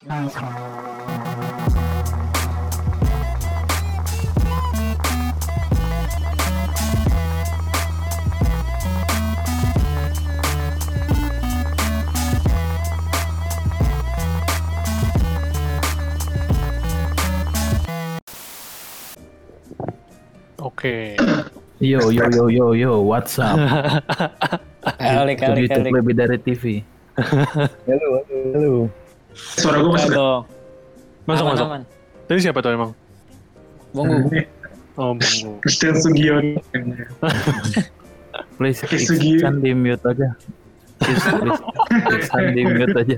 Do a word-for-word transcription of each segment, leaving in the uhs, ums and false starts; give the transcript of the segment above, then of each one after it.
Oke. Yo yo yo yo yo, what's up? Kali kali kali. Lebih dari T V. Halo, halo, halo. Suara gue masuk dong. Masuk Aman, masuk. aman. Tadi siapa tuh emang? Bonggu. Oh, Bonggu. Christian Sugiono. Please, Oke, Sugi. Iksan di mute aja. Please, please. Iksan di mute aja.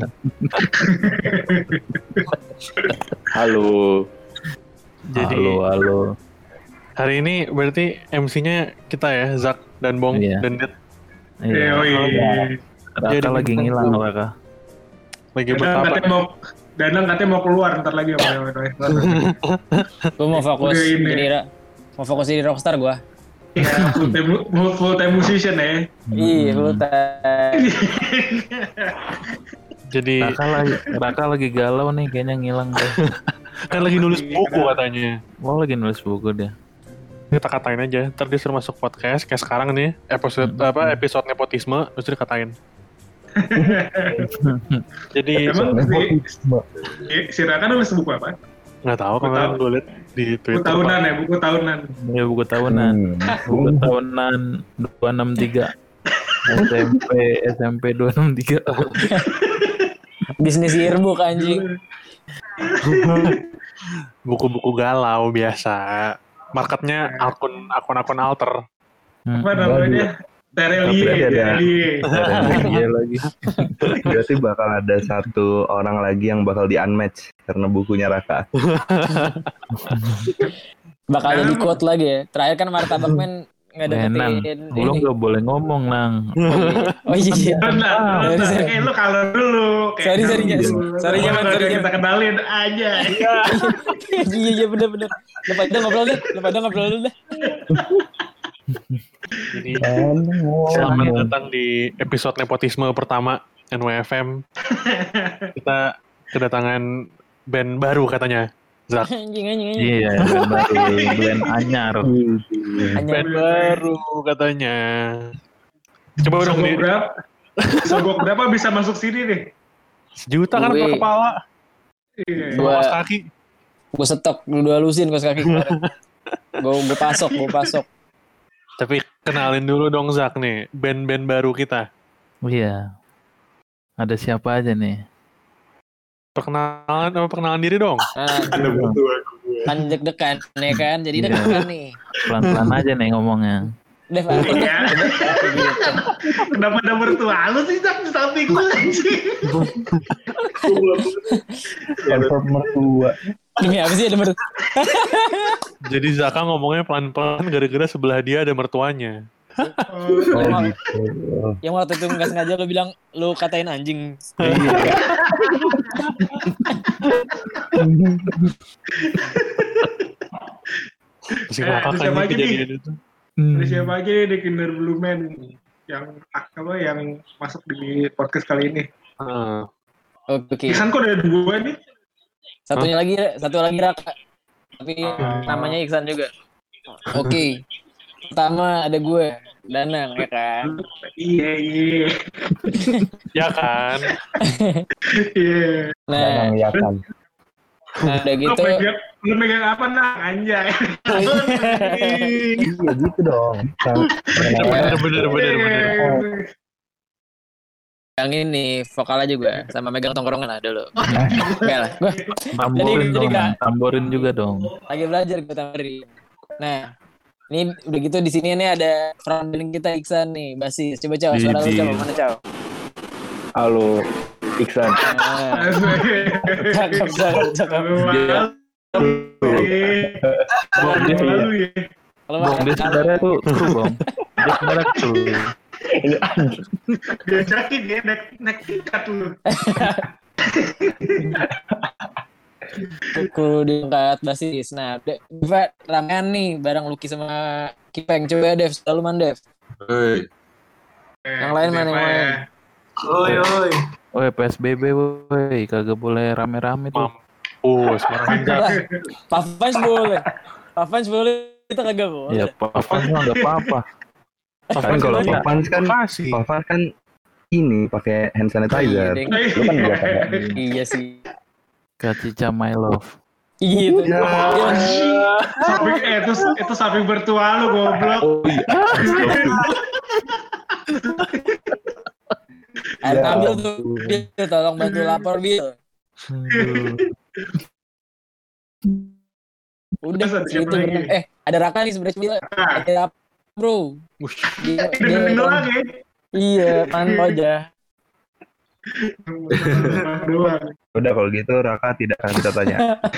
Halo. Jadi Halo, halo. hari ini berarti M C-nya kita ya, Zak dan Bong Iya. dan Dit. Iya. Oh iya. Raka Jadi lagi kita- ngilang, Raka. Lagi Danang bertapa. katanya mau Danang katanya mau keluar ntar lagi apa namanya. Gue mau fokus Udah ini. jadi ra- mau fokus jadi rockstar gue. Iya, full time full time musician ya. Iya, full time. Jadi Raka lagi, Raka lagi galau nih, kayaknya ngilang deh. kan lagi nulis buku katanya. Oh, lagi nulis buku dia. Kita katain aja, ntar dia suruh masuk podcast kayak sekarang nih, episode apa episode nepotisme terus dikatain. Jadi Emang si, si Raka nulis buku apa? nggak tahu Buku kemarin tahu. gue liat di Buku Twitter. tahunan Pak. ya, buku tahunan. Ya, buku tahunan. Buku tahunan dua enam tiga. S M P S M P dua enam tiga. Bisnis yearbook anjing. Buku-buku galau biasa. Marketnya akun akun-akun alter. Apa namanya? Terelie, Tapi ada- Terelie. Iya lagi. Berarti bakal ada satu orang lagi yang bakal di unmatch karena bukunya Raka. Bakal jadi quote lagi ya. Terakhir kan Martabak Men nggak Nang, dapetin lu ini. nggak boleh ngomong, Nang. Oh iya. iya. Benar, Sorry, sorry. kayak lu kalau dulu. kayak Sorry, sorry, dulu. Jas. Sorry, Orang Jaman, udah sorry, kita Jaman. kenalin aja. Iya iya bener bener. Lu pada ngobrol deh. Lu pada ngobrol dulu deh. Jadi selamat datang di episode nepotisme pertama N W F M. Kita kedatangan band baru katanya. Zak. Anjing anjing anjing. Iya, band baru, band anyar. Hanya Band baru katanya. Coba dong Sogok nih. berapa? Sogok berapa bisa masuk sini nih? Sejuta kan per Wih. kepala. Iya. Sama Dua- kaos kaki. gue stok lu dua lusin kos kaki kemarin. Gue gue pasok, gue pasok. Tapi kenalin dulu dong Zak nih. Band-band baru kita. Iya. Ada siapa aja nih? Perkenalan apa perkenalan diri dong. Nah, Ada butuh aku. kan deg-degan ya kan. Jadi Iya. deg-degan nih. Pelan-pelan aja nih ngomongnya. Dev, apa? Iya. Kenapa ada mertua lu sih Zak di samping gue sih? Confirm mertua. Ini apa sih ada mer- Jadi Zaka ngomongnya pelan-pelan gara-gara sebelah dia ada mertuanya. Oh Yang- gitu. Yang waktu itu nggak sengaja lu bilang lu katain anjing. Masih Eh, ngakak terus kan siapa lagi nih? kejadian itu. Ada siapa lagi nih di Kinder Blue Man yang apa yang masuk di podcast kali ini? Ah, Oke. Iksan kok ada dua nih? Satunya lagi, satu lagi Raka. Tapi Ah. namanya Iksan juga. Oke. Pertama ada gue, Danang ya kan. Iya iya ya kan? iya. Nah, Yang yakan. nah udah Lu gitu. megang, lu megang apa nak anjay? Iya gitu dong. Bener bener bener bener. Yang ini vokal aja gue sama megang tongkrongan lah dulu. Enggak lah, gue Tamborin Jadi- dong, jadi Kak- tamborin juga dong. lagi belajar gue tambahin. Nah, ini udah gitu di sini nih ada frontman kita Iksan nih, basis. Coba Cow, suara lu Widih. coba mana Cow? Halo, Iksan. Nah, cakep cakep cakep. Dia, Bong, dia, Lalu ya. Kalau Bong, dia sebenarnya tuh true, Bong. Dia sebenarnya true. Ini anjing. Dia jadi dia naik naik tingkat lu. kudu diangkat basis. Nah, De- Deva ramean nih bareng Lucky sama Kipeng. Coba ya Dev, selalu man Dev. Eh, Yang lain mana, siapa yang ya? lain? Oi, oi. Woi, P S B B woi, kagak boleh rame-rame tuh. Mampus, marah enggak. Pavans boleh. Pavans boleh, kita kagak boleh. Ya, Pavans mah enggak apa-apa. Kan kalau Iya. Pavans kan, Makasih. Pavans kan ini pakai hand sanitizer. Iya, Deng. Lu kan biasa. Iya sih. Kak Cica my love. Gitu. Ya. Samping eh, itu itu samping bertua lu goblok. Oh iya. Ayo Ya ambil tuh, ampun. Bil, tolong bantu lapor Bil. Aduh. Udah, Terus ada siapa segitu lagi? berenang. Eh, ada Raka nih sebenarnya Bil. Ah, Ada apa, bro? Wush. Dia, dia, dengerin doang ya. iya, mantau aja. Doang. Udah kalau gitu Raka tidak akan kita tanya.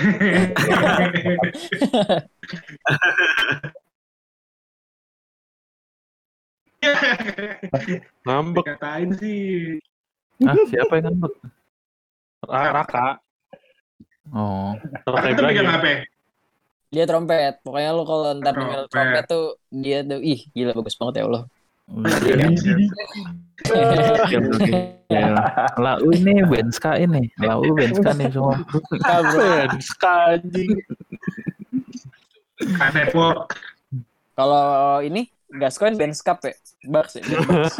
Ngambek. Dikatain sih. Ah, siapa yang ngambek? Ra- Raka. Oh. Raka Aku tuh pegang Ibrahim. H P. Dia trompet. Pokoknya lu kalau ntar denger Trompet. trompet tuh dia tuh ih gila bagus banget ya Allah. Ya. Lau ini Benska ini, Lau Benska nih semua. Ah, bro. Ben, anjing. K Network. Kalau ini Gascoigne Benz Cup ya. Bucks ya. Bucks.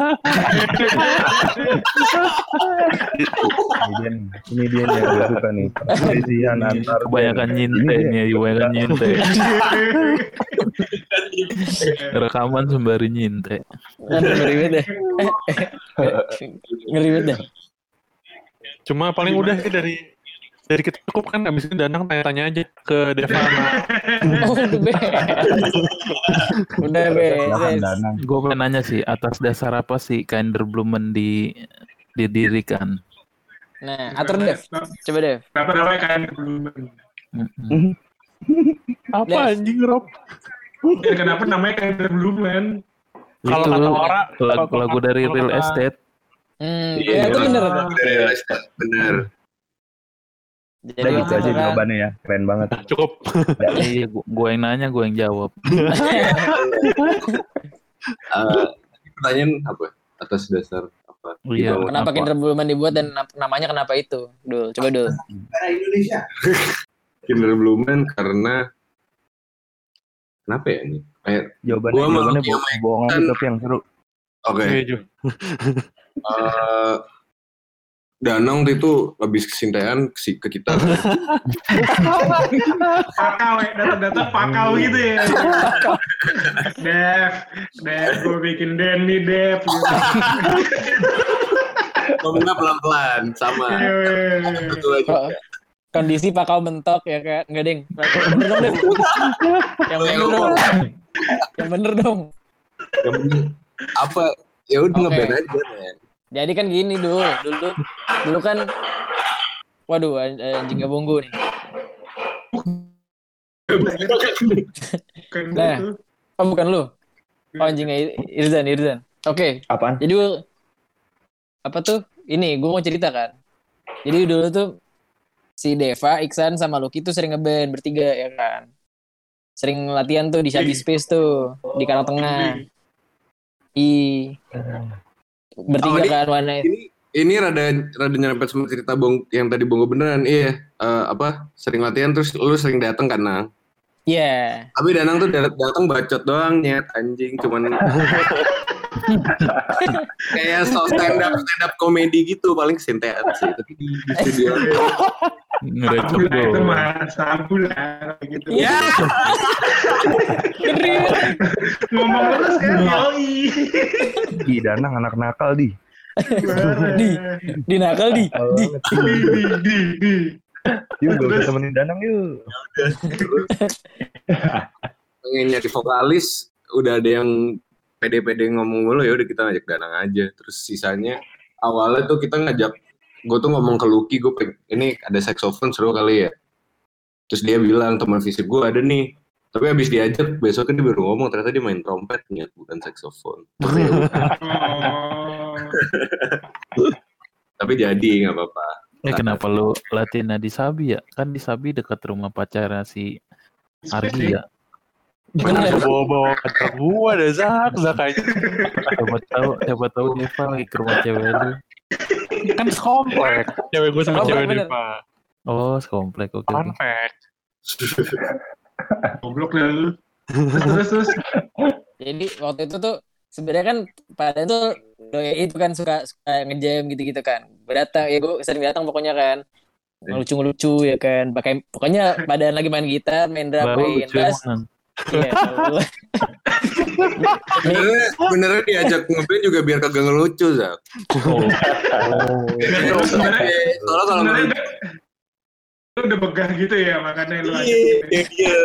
Ini dia nih, ini dia nih yang gue suka nih. Perselisihan antar Kebanyakan nyinte nih, kebanyakan nyinte. Rekaman sembari nyinte. Aduh, ngeri banget deh. Ngeri banget deh. Cuma paling udah sih dari dari kita cukup kan abis ini Danang tanya-tanya aja ke Deva sama Oh, udah beres. Udah beres. Danang. Gue pengen nanya sih, atas dasar apa sih Kinderblumen di didirikan? Nah, atur Dev. Coba Dev. Kenapa namanya kan belum? Mm-mm. apa Dev. anjing Rob? Ya, kenapa namanya kan belum kan? Kalau Itu kata orang lagu, kalau- lagu dari kalau Real kata- Estate. Hmm, Iya, ya itu bener tuh. Bener, bener. Jadi Udah gitu waktu aja itu kan, jawabannya ya. Keren banget. Cukup. Iya, gue yang nanya, gue yang jawab. Eh, pertanyaan apa? Atas dasar apa? Iya. Dibawa- kenapa Apa? Kinderblumen dibuat dan nap- namanya kenapa itu? Dul, coba Dul. Indonesia. Kinderblumen karena kenapa ya ini? Kayak Jawabannya, Gua jawabannya malu bohong, bohong aja tapi yang seru. oke. Oke, Ju. eh, Danang itu habis kesintean ke, ke kita. Pakau ya, data-data pakau gitu ya. Dev, Dev, gue bikin Denny Dev. Gitu. Ngomongnya pelan-pelan sama. Betul aja. Kok kondisi pakau mentok ya kan? Enggak deng. Yang bener dong, Dev. Yang bener dong. Yang bener dong. Yang penting apa? Ya udah Oke. ngeband aja, men. Jadi kan gini dulu, dulu dulu kan, waduh anjing gabunggu nih. Kan Nah. gitu. Oh bukan lu, oh anjing Irzan Irzan. Oke, Apaan? jadi gua apa tuh? Ini gue mau cerita kan. Jadi dulu tuh si Deva, Iksan sama Lucky tuh sering ngeband bertiga ya kan. Sering latihan tuh di Shabi Space tuh di Karang Tengah. I bertiga Oh, ini- kan warna Ini ini rada rada nyerempet sama cerita bong yang tadi bongo beneran. Iya, eh, apa? Sering latihan terus lu sering datang kan, Nang? Iya. Tapi Danang tuh dat- datang bacot doang, nyet anjing cuman kayak so stand up stand up komedi gitu paling sintean sih. Tapi di, di studio Ngerecok Sabu lah itu gue. mah, sabu lah gitu. Ya. Ngeri. Ngomong terus kan, yoi. Di Danang anak nakal di. Di. Di nakal di. Di. Di, di, di, di. Yuk gak usah temenin Danang yuk. pengen nyari vokalis, udah ada yang pede-pede ngomong mulu, ya udah kita ngajak Danang aja. Terus sisanya awalnya tuh kita ngajak, gue tuh ngomong ke Lucky, gue pengen, ini ada saxophone seru kali ya. Terus dia bilang teman fisik gue ada nih. Tapi habis diajak besoknya dia baru ngomong ternyata dia main trompet, nyet, bukan saxophone. Tapi ya udah. Oh. Tapi jadi nggak apa-apa. Eh kenapa lu latihan di Sabi ya? Kan di Sabi dekat rumah pacarnya si Argi ya. Bener. Bawa-bawa pacar gua ada Zak, Zak aja. Siapa tahu, siapa tahu Deva lagi ke rumah cewek lu. Kan sekomplek. Cewek gue sama Sekomplek, cewek bener. Deva. Oh, sekomplek. Oke. Fun oke. fact. Goblok dah lu. Terus terus terus. Jadi waktu itu tuh sebenarnya kan pada itu doi itu kan suka suka ngejam gitu-gitu kan. Berdatang ya gue sering datang pokoknya kan. Ngelucu-ngelucu ya kan. Pakai pokoknya pada lagi main gitar, main drum, Baru main lucu bass. emang. Iya. Benernya, benernya diajak ngeband juga biar kagak ngelucu, Zak. Oh. Sebenarnya Soalnya kalau sebenarnya ngelucu, lu udah begah gitu ya makanya lu aja. iya, iya.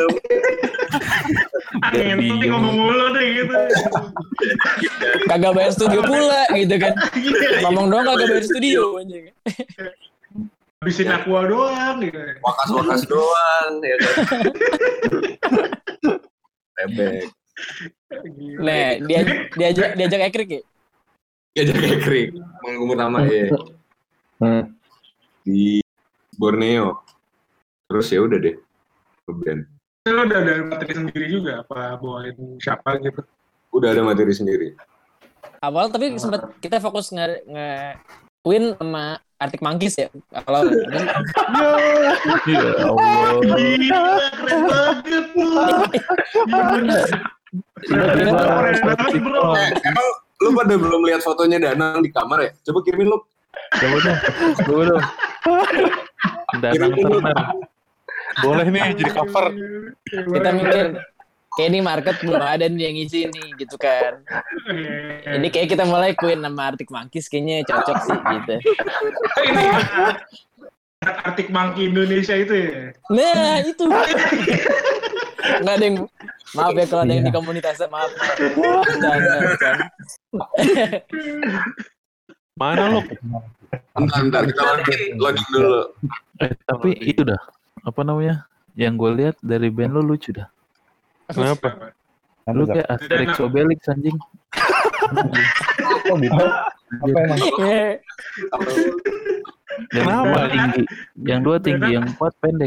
Angin tuh diem. ngomong mulu deh gitu. Kagak bayar studio pula gitu kan. Ngomong doang kagak bayar studio anjing. Habisin aqua doang gitu. Wakas-wakas doang, ya kan. Rebek. Gila. Nah, dia diajak diajak ekrik ya. Diajak ekrik, manggung pertama ya. Hmm. Di Borneo. Terus ya udah deh, ngeband. Lu udah ada materi sendiri juga apa bawain siapa gitu? Udah ada materi sendiri. Awal tapi sempat kita fokus nge, nge Queen sama Arctic Monkeys ya. Kalau Ya Allah. Gila, keren banget lu. Keren banget, keren banget bro. Eh, emang lu pada belum lihat fotonya Danang di kamar ya? Coba kirimin lu. Coba dong. Coba dong. Danang Turner. Boleh nih jadi cover. kita mikir kayak ini market belum ada nih yang ngisi nih gitu kan. Ini kayak kita mulai Queen sama Arctic Monkeys kayaknya cocok sih gitu. Ini Arctic Monkey Indonesia itu ya. Nah itu nggak ada yang maaf ya kalau ada yang di komunitasnya maaf maaf. Bercanda, bercanda. Mana lu? Bentar, bentar, kita login, login dulu. Eh, tapi itu dah. Apa namanya? Yang gue lihat dari band lu lucu dah. Kenapa? Lu kayak Asterix Obelix anjing. Oh gitu. Apa emang? Ya, Yang Kenapa? dua tinggi, yang dua tinggi, yang empat pendek.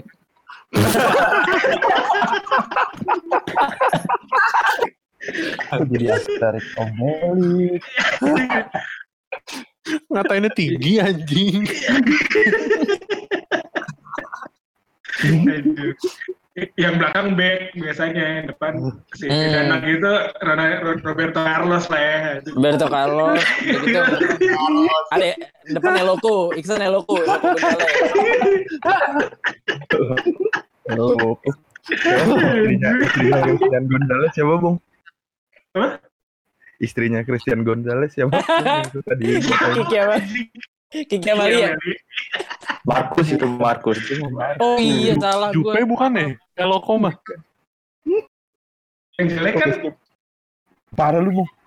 Aku jadi Asterix Obelix. Ngatainnya tinggi anjing. Aduh. Yang belakang back biasanya, yang depan si Hmm. Danang itu Rona- Roberto Carlos lah ya. Roberto Carlos gitu. Ada depannya Eloko, Iksan Eloko, Eloko Gonzalez. Oh. Istrinya, istrinya Christian Gonzalez siapa, Bung? Apa? Istrinya Christian Gonzalez siapa? Itu tadi. Kiki apa? Kiki Amalia. Markus itu Markus. Oh iya salah Jupe gue. bukan ya? Eloko mah. Yang jelek kan Parah lu, Bung.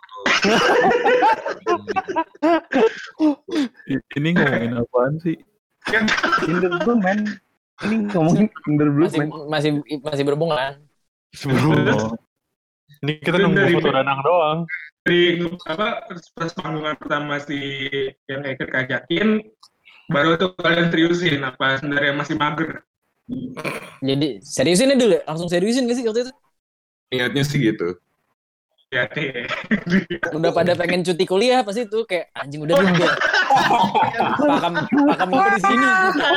Ini ngomongin apaan sih? Kinder Blue, man. Ini ngomongin Kinder Blue, Masih man. masih masih berhubungan. Sebelum Oh. ini kita Itu nunggu dari- foto Danang doang. di apa pas panggungan pertama si yang Eker kajakin baru tuh kalian seriusin apa sebenarnya masih mager. Jadi seriusin aja dulu ya? Langsung seriusin gak sih waktu itu? Niatnya sih gitu. Ya deh. Udah pada pengen cuti kuliah pas itu kayak anjing udah dulu gue. Pakam pakam gue di sini.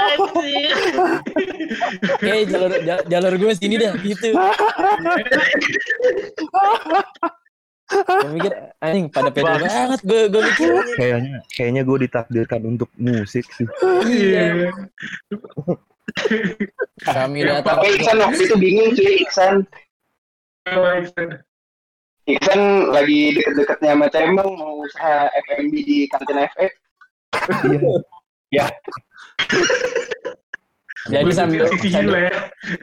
Kayak jalur jal- jalur gue sini dah gitu. Gue mikir anjing pada pede banget gue gue mikir. Kayaknya kayaknya gue ditakdirkan untuk musik sih. Iya. Kami datang. Tapi Iksan waktu itu bingung cuy Iksan. Iksan lagi deket-deketnya sama Cemong mau usaha F and B di kantin F E. Iya. Jadi sambil tersisih sambil- lah ya.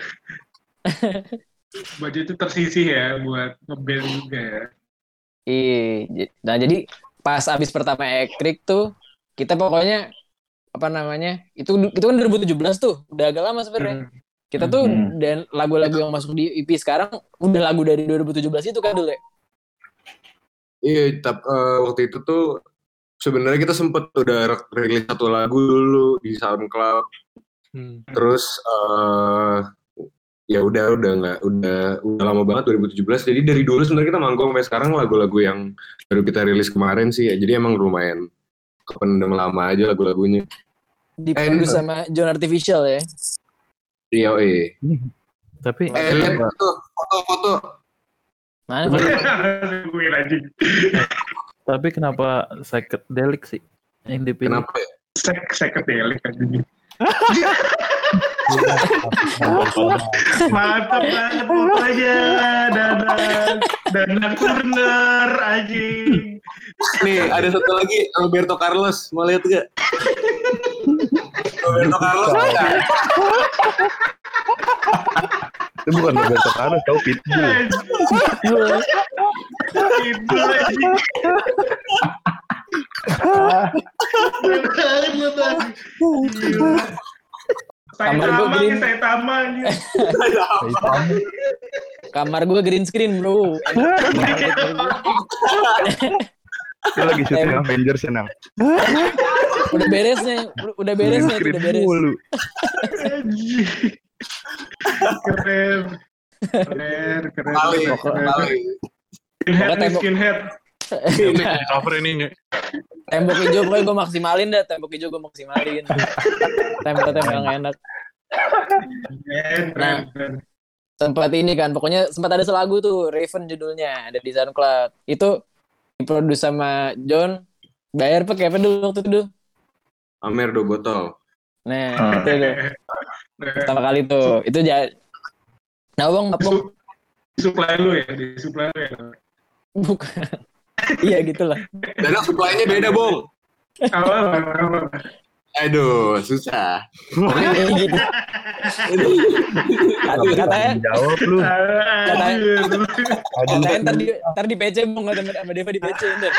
Budget itu tersisih ya buat ngeband juga ya. Iya, nah jadi pas abis pertama Ekrik tuh kita pokoknya apa namanya itu itu kan dua ribu tujuh belas tuh udah agak lama sebenarnya. Kita tuh Hmm. dan lagu-lagu yang masuk di E P sekarang udah lagu dari dua ribu tujuh belas itu kan dulu ya. Iya, tapi eh, waktu itu tuh sebenarnya kita sempet udah re- rilis satu lagu dulu di SoundCloud. Hmm. Terus eh ya udah udah nggak udah udah lama banget dua ribu tujuh belas. Jadi dari dulu sebenarnya kita manggung sampai sekarang lagu-lagu yang baru kita rilis kemarin sih ya. Jadi emang lumayan kependem lama aja lagu-lagunya. Diproduksi sama John Artificial ya. Iya, eh. Tapi Eh, lihat foto, foto-foto. Mana? Gue lagi. Tapi kenapa psychedelic sih yang dipilih? Kenapa ya? Sek sekedelik aja. Mantap banget fotonya, Danang, Danang Turner anjing. Nih, ada satu lagi Roberto Carlos, mau lihat gak? Roberto Carlos enggak? Itu bukan Roberto Carlos, tau Pitbull. Pitbull anjing. Banget lu tadi. Kamar gue green. Saya taman. Kamar gue green screen bro. Itu lagi syuting Avengers senang. Udah beresnya, udah beresnya, udah beres. Keren, keren, keren. Kali, keren. kali. Skinhead, nih, Tembok. skinhead. Ini cover ini nggak? Tembok hijau gue gue maksimalin dah, tembok hijau gue maksimalin. Tembok-tembok yang enak. Keren, Nah. keren. Sempat ini kan, pokoknya sempat ada selagu tuh, Raven judulnya, ada di SoundCloud. Itu diproduksi sama John. Bayar pakai apa dulu waktu itu? Amer dua botol. Nah, itu tuh. Pertama kali tuh. Itu jadi. Nah, Bang, Bang. Supply lu ya, di supply lu ya. Bukan. Iya gitulah. Dan supply-nya beda, Bong. Apa, apa, apa. Aduh, susah. Pokoknya gitu. Kata- Katanya, Jawab lu. katanya, Aduh. katanya ntar di, ntar di P C Bang, sama sama Deva di P C ntar.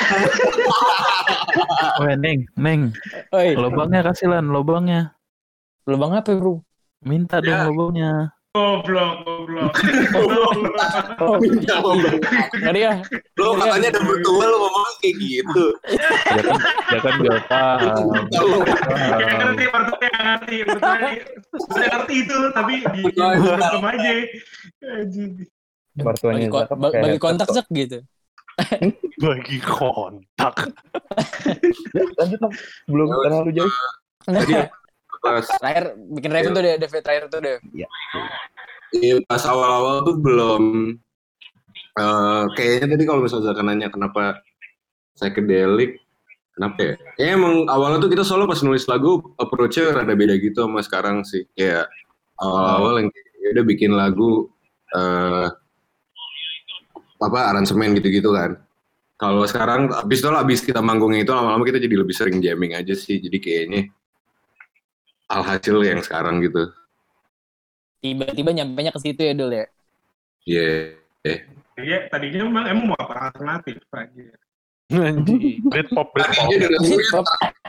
Weh, Neng, Neng, Oi, lobangnya kasih lan, lobangnya. lubang apa bro? Minta dong Ya. lobangnya. Goblok, goblok. Oh, Minta lobang. ngeri ya. Lo katanya ada mertua lo ngomong kayak gitu. Ya kan, ya kan gak paham. Minta lobang. Kayak ngerti, mertuanya nggak ngerti. Mertuanya saya ngerti itu, tapi di bottom aja. Anjing. Mertuanya Bagi, ko- Zaka ba- pakai bagi headset kontak kok. sek gitu. Bagi kontak. Ya, lanjut Nom. Belum terlalu jauh. Tadi pas Terakhir bikin Raven tuh deh, Dev terakhir tuh deh. iya, pas awal-awal tuh belum eh, kayaknya tadi kalau misalnya Zaka nanya kenapa psychedelic, kenapa ya? Kayaknya emang awalnya tuh kita solo pas nulis lagu approach-nya rada beda gitu sama sekarang sih. Kayak awal-awal yang ya udah bikin lagu eh apa aransemen gitu-gitu kan. Kalau sekarang abis itu abis kita manggungnya itu lama-lama kita jadi lebih sering jamming aja sih. Jadi kayaknya alhasil yang sekarang gitu. Tiba-tiba nyampenya ke situ ya Dul ya. Iya. Yeah. Iya, tadinya emang emang mau apa alternatif aja. Anjing. Britpop, Britpop. Tadinya dengerin Pop.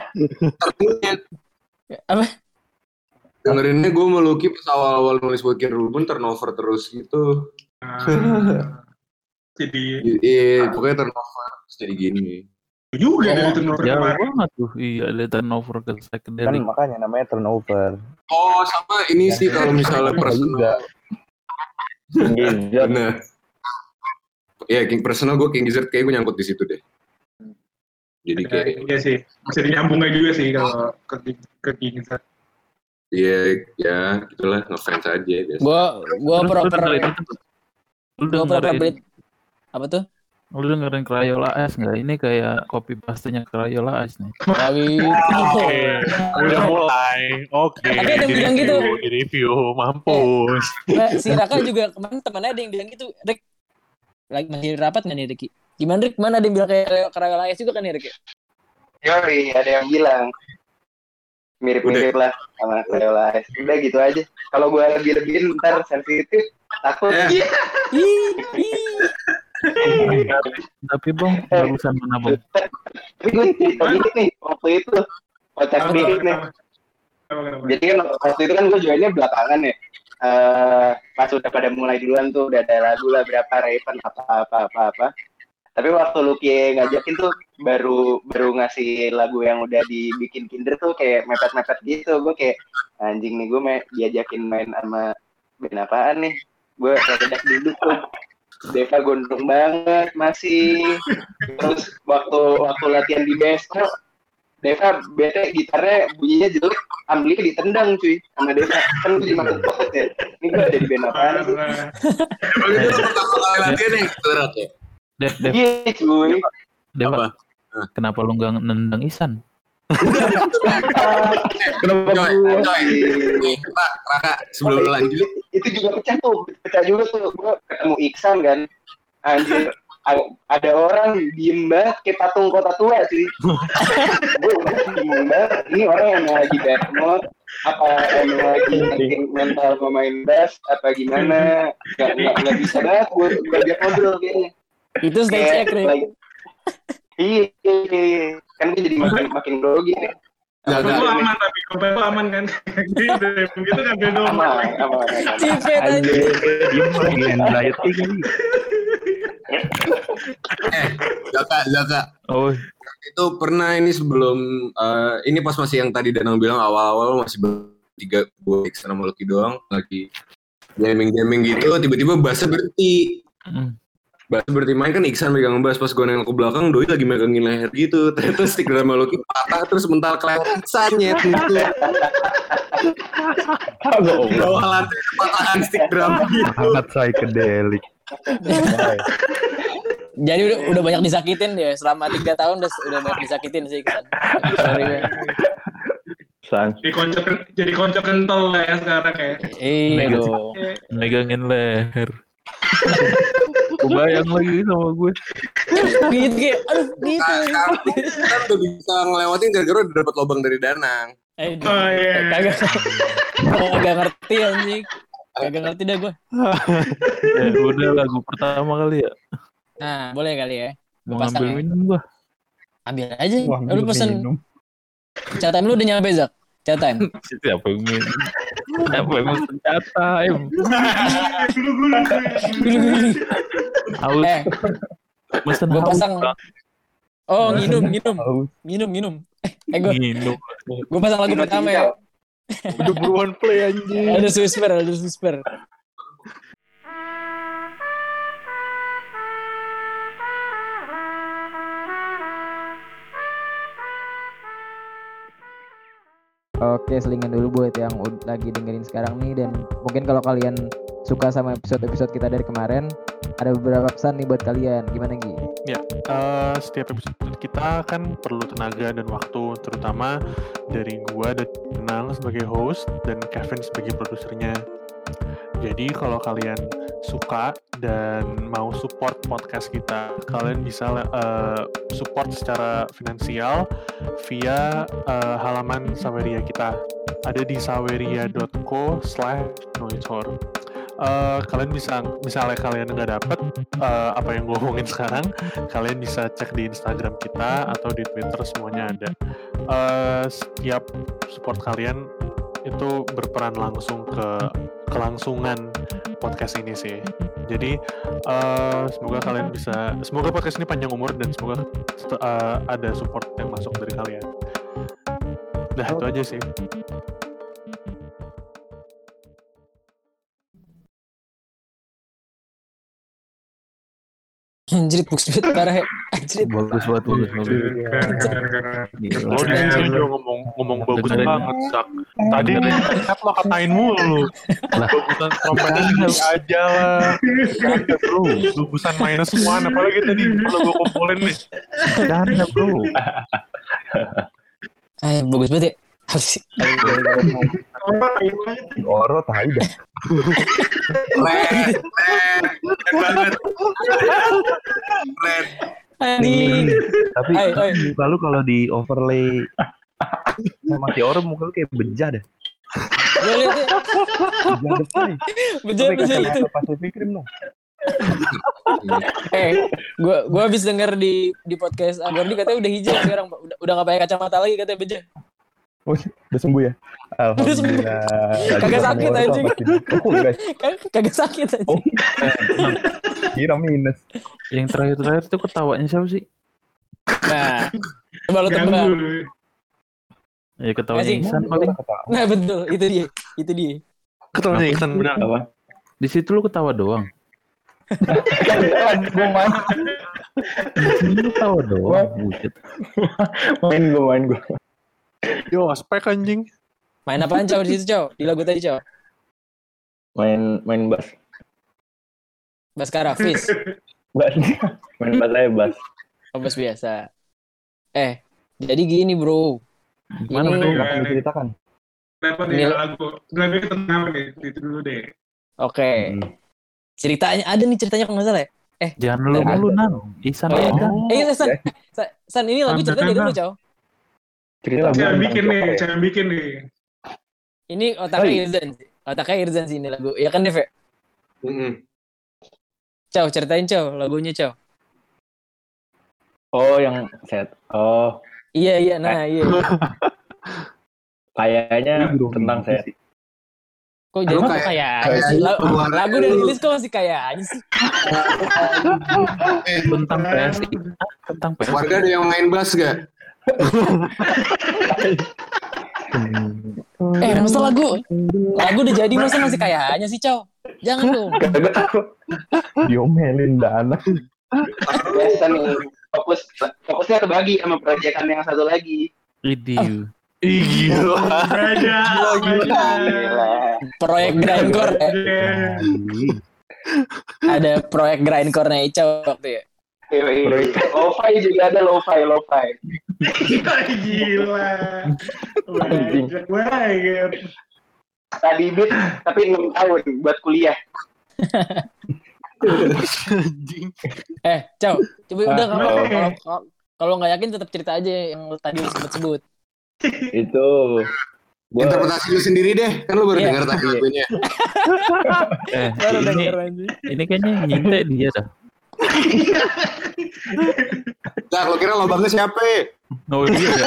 Apa? dengerinnya gue meluki pas awal-awal nulis buat Kirul pun turnover terus gitu. Ah, jadi Iya, pokoknya turnover terus jadi gini. juga dari turnover Jauh kemarin. banget tuh. Iya, ada turnover ke Kan psychedelic. makanya namanya turnover. Oh, sama ini sih kalau misalnya Juga. personal. Gizzard. Bener. Iya, King personal gue King Gizzard kayak gue nyangkut di situ deh. Jadi kayak Iya sih, bisa dinyambungnya juga sih kalau ke ke King Gizzard. iya, ya gitulah ngefans aja biasa. Gua gua Terus lu proper dengerin itu tuh. Lu gua proper dengerin, beli apa tuh? lu dengerin Crayola Ice nggak? Ini kayak copy paste-nya Crayola Ice nih. Lagi Oke, udah mulai. Oke, Tapi ada yang di bilang review, gitu. di review, mampus. Nah, si Raka juga kemarin temannya ada yang bilang gitu, Rick. Lagi masih rapat nggak nih Ricky? Gimana Rick? Mana ada yang bilang kayak Crayola Ice juga kan nih Rick? Yoi, ada yang bilang mirip-mirip lah sama Crayola Ice. Udah gitu aja. Kalau gue lebih-lebihin ntar sensitif, takut. Eh. Ih, ih. Tapi bang, barusan mana bang? Tapi gue cerita dikit nih, waktu itu kocak dikit nih. Jadi kan waktu itu kan gue joinnya belakangan ya. Eh pas udah pada mulai duluan tuh udah ada lagu lah berapa Raven apa-apa apa-apa. Tapi waktu Lucky ngajakin tuh baru baru ngasih lagu yang udah dibikin Kinder tuh kayak mepet-mepet gitu. Gue kayak anjing nih gue main, diajakin main sama band apaan nih. Gue redak duduk tuh. Deva gondrong banget masih. Terus waktu waktu latihan di base kok Deva bete gitarnya bunyinya jelek, ambilnya ditendang cuy sama Deva. Kan gue dimakan pocket ya. Ini gue ada di band apaan sih? Emang itu pertama kali latihan yang berat ya? Dev, Dev, Iya cuy. Dev, Apa? kenapa lu nggak nendang Isan? Kenapa Coy, gue? coy. Nih, Pak, Raka, sebelum lu lanjut. Itu juga pecah tuh, pecah juga tuh. Gue ketemu Iksan kan, anjir. A- ada orang diem banget kayak patung kota tua sih. Gue bingung banget. Ini orang yang lagi bad mood, apa emang lagi naikin mental pemain bass, apa gimana? Gak, gak, gak bisa banget. Gue gue dia ngobrol kayaknya. Itu stage Kayak check, Rick. lagi- Iya, iya. Kan gue jadi makin makin grogi nih. Nggak, Kompet nggak. lu aman tapi kompet lu aman kan? Gitu, begitu kan beda Aman, aman, aman. Cipet aja. Diem lagi anxiety kali. Eh, Zaka, Zaka. Oh, Itu pernah ini sebelum, eh, ini pas masih yang tadi Danang bilang awal-awal masih bertiga, gue Iksan sama Lucky doang, lagi jamming-jamming gitu, tiba-tiba bassnya berhenti. mm. Bassnya berhenti main kan Iksan megang bass, pas gue nengok ke belakang, Doi lagi megangin leher gitu. Ternyata stick drum Lucky patah, terus mental kelihatan Iksannya gitu. Bawah lantai kepatahan stick drum gitu. Sangat psychedelic. Jadi udah, udah banyak disakitin ya selama tiga tahun udah udah banyak disakitin sih Iksan. Sorry gue. Sang. Jadi konco jadi konco kental lah ya sekarang ya. Iya dong. Megangin leher. Kebayang lagi sama gue. Gitu kayak aduh gitu. Nah, sekarang kan udah bisa ngelewatin gara-gara udah dapat lubang dari Danang. Eh, Oh iya. kagak kagak ngerti anjing. Kagak ngerti dah gue. Ya, udah lagu pertama kali ya. Nah, boleh kali ya. Mau Gua pasang ngambil ya. minum gua. Ambil aja. Wah, lu pesen chat time lu udah nyampe Zak? Chat time. Siapa yang minum? Siapa yang mesen chat time? Haus. Eh, Mesen gua haus, pasang. Bang. Oh, nginum, nginum. Minum, minum. Eh, gue Minum. gue pasang lagu pertama ya. Udah buruan play anjing. Ada whisper, ada whisper. Oke, selingan dulu buat yang ud- lagi dengerin sekarang nih. Dan mungkin kalau kalian suka sama episode-episode kita dari kemarin, ada beberapa pesan nih buat kalian. Gimana Gi? Eh, setiap episode kita kan perlu tenaga dan waktu, terutama dari gua dan Nang sebagai host dan Kevin sebagai produsernya. Jadi kalau kalian suka dan mau support podcast kita, kalian bisa uh, support secara finansial via uh, halaman Saweria kita. Ada di saweria.co slash noitor. Uh, kalian bisa, misalnya kalian nggak dapet uh, apa yang gue omongin sekarang, kalian bisa cek di Instagram kita atau di Twitter, semuanya ada. Uh, setiap support kalian itu berperan langsung ke kelangsungan podcast ini sih. Jadi uh, semoga kalian bisa, semoga podcast ini panjang umur dan semoga uh, ada support yang masuk dari kalian. Nah itu aja sih. Anjrit, buksbit parah ya. Anjrit. Bagus banget, bagus bagus. Lo di sini juga ngomong ngomong bagus Dengerin. banget, Sak. Tadi kan lo katain mulu. Bagusan trompetnya tinggal aja lah. Canda bro, bagusan mainnya semua. Apalagi tadi kalau gue kumpulin nih. Canda bro. Ay, bagus banget ya. Apa sih? Oro tahu dah. Keren, keren, keren banget. Keren. Anjing. Tapi Hai, hai. muka lu kalau di overlay sama si Oro muka lu kayak bejah dah. Gue liat ya. Bejah deh. Bener bener itu. Pacific Rim dong. Eh, gue gue habis denger di di podcast Agordi katanya udah hijau sekarang, Pak. Udah udah nggak pakai kacamata lagi katanya beja. Oh, udah sembuh ya? Alhamdulillah. Kagak sakit, anjing. Oh, guys. Kagak sakit aja. Oh, kira minus. Yang terakhir-terakhir tuh ketawanya siapa sih? Nah, coba lu Ganggu tebak. lu. Ya ketawanya Masih. Ihsan paling. Nah, betul, itu dia. Itu dia. Ketemu Iksan benar. Apa? Di situ lu ketawa doang. Gue main. Lu tahu doang. Buset. Main gue, main gue. Yo, ospek anjing. Main apaan Cow di situ Cow? Di lagu tadi Cow? Main main bass. Baskara, Fizz. Bass. Main bass aja bass. Oh, bass biasa. Eh, jadi gini bro. Mana Ini- bro? Nggak akan diceritakan. Kenapa nih Ini- lagu? Lagu itu tentang apa nih? Itu dulu deh. Oke. Hmm. Ceritanya, ada nih ceritanya kalau nggak salah ya? Jangan lu Ada. mulu Nan. Ihsan Oh, iya. aja. Eh, iya, San. San, San, ini lagu San, ceritanya dari San. lu Cow. Cerita lagu Saya tentang bikin nih, Joker ya? saya bikin nih. Ini otaknya Oh, iya. Irzan sih. Otaknya Irzan sih ini lagu. Iya kan Dev ya? Mm-mm. Cow, ceritain Cow, lagunya Cow. Oh, yang set. Oh, Iya, iya, nah iya. kayaknya tentang set. Kok jadi Lu kok kayak- kayaknya kayak sih? La- keluar lagu dari dari lu. rilis kok masih kayaknya sih? Tentang P S I. Ah, tentang P S I. Warga ada yang main bass gak? Eh, masa lagu lagu udah jadi masa masih kayaknya sih, Cow? Jangan dong. Kagak tahu. Diomelin Dana. Biasa nih, fokus fokusnya kebagi sama proyekan yang satu lagi. Video. Ih, gila. Raja, Raja. Gila. Proyek grindcore ya. Ada proyek grindcore-nya Ica waktu ya. Yoi. Lo-fi juga ada lo-fi, lo-fi. Gila. Banyak banget. Tadi beat tapi enam tahun buat kuliah. Anjing. Eh, Cow, coba udah Ah, kalau oh. kalau- kalau- kalau nggak yakin tetap cerita aja yang tadi lu sebut-sebut. Itu gua Interpretasi lu sendiri deh. Kan lu baru Iya. denger tadi lagunya. Eh, Baru ini denger aja. ini kayaknya nyintek dia dah. Cak, lu kira lobangnya siapa? Oh dia ya.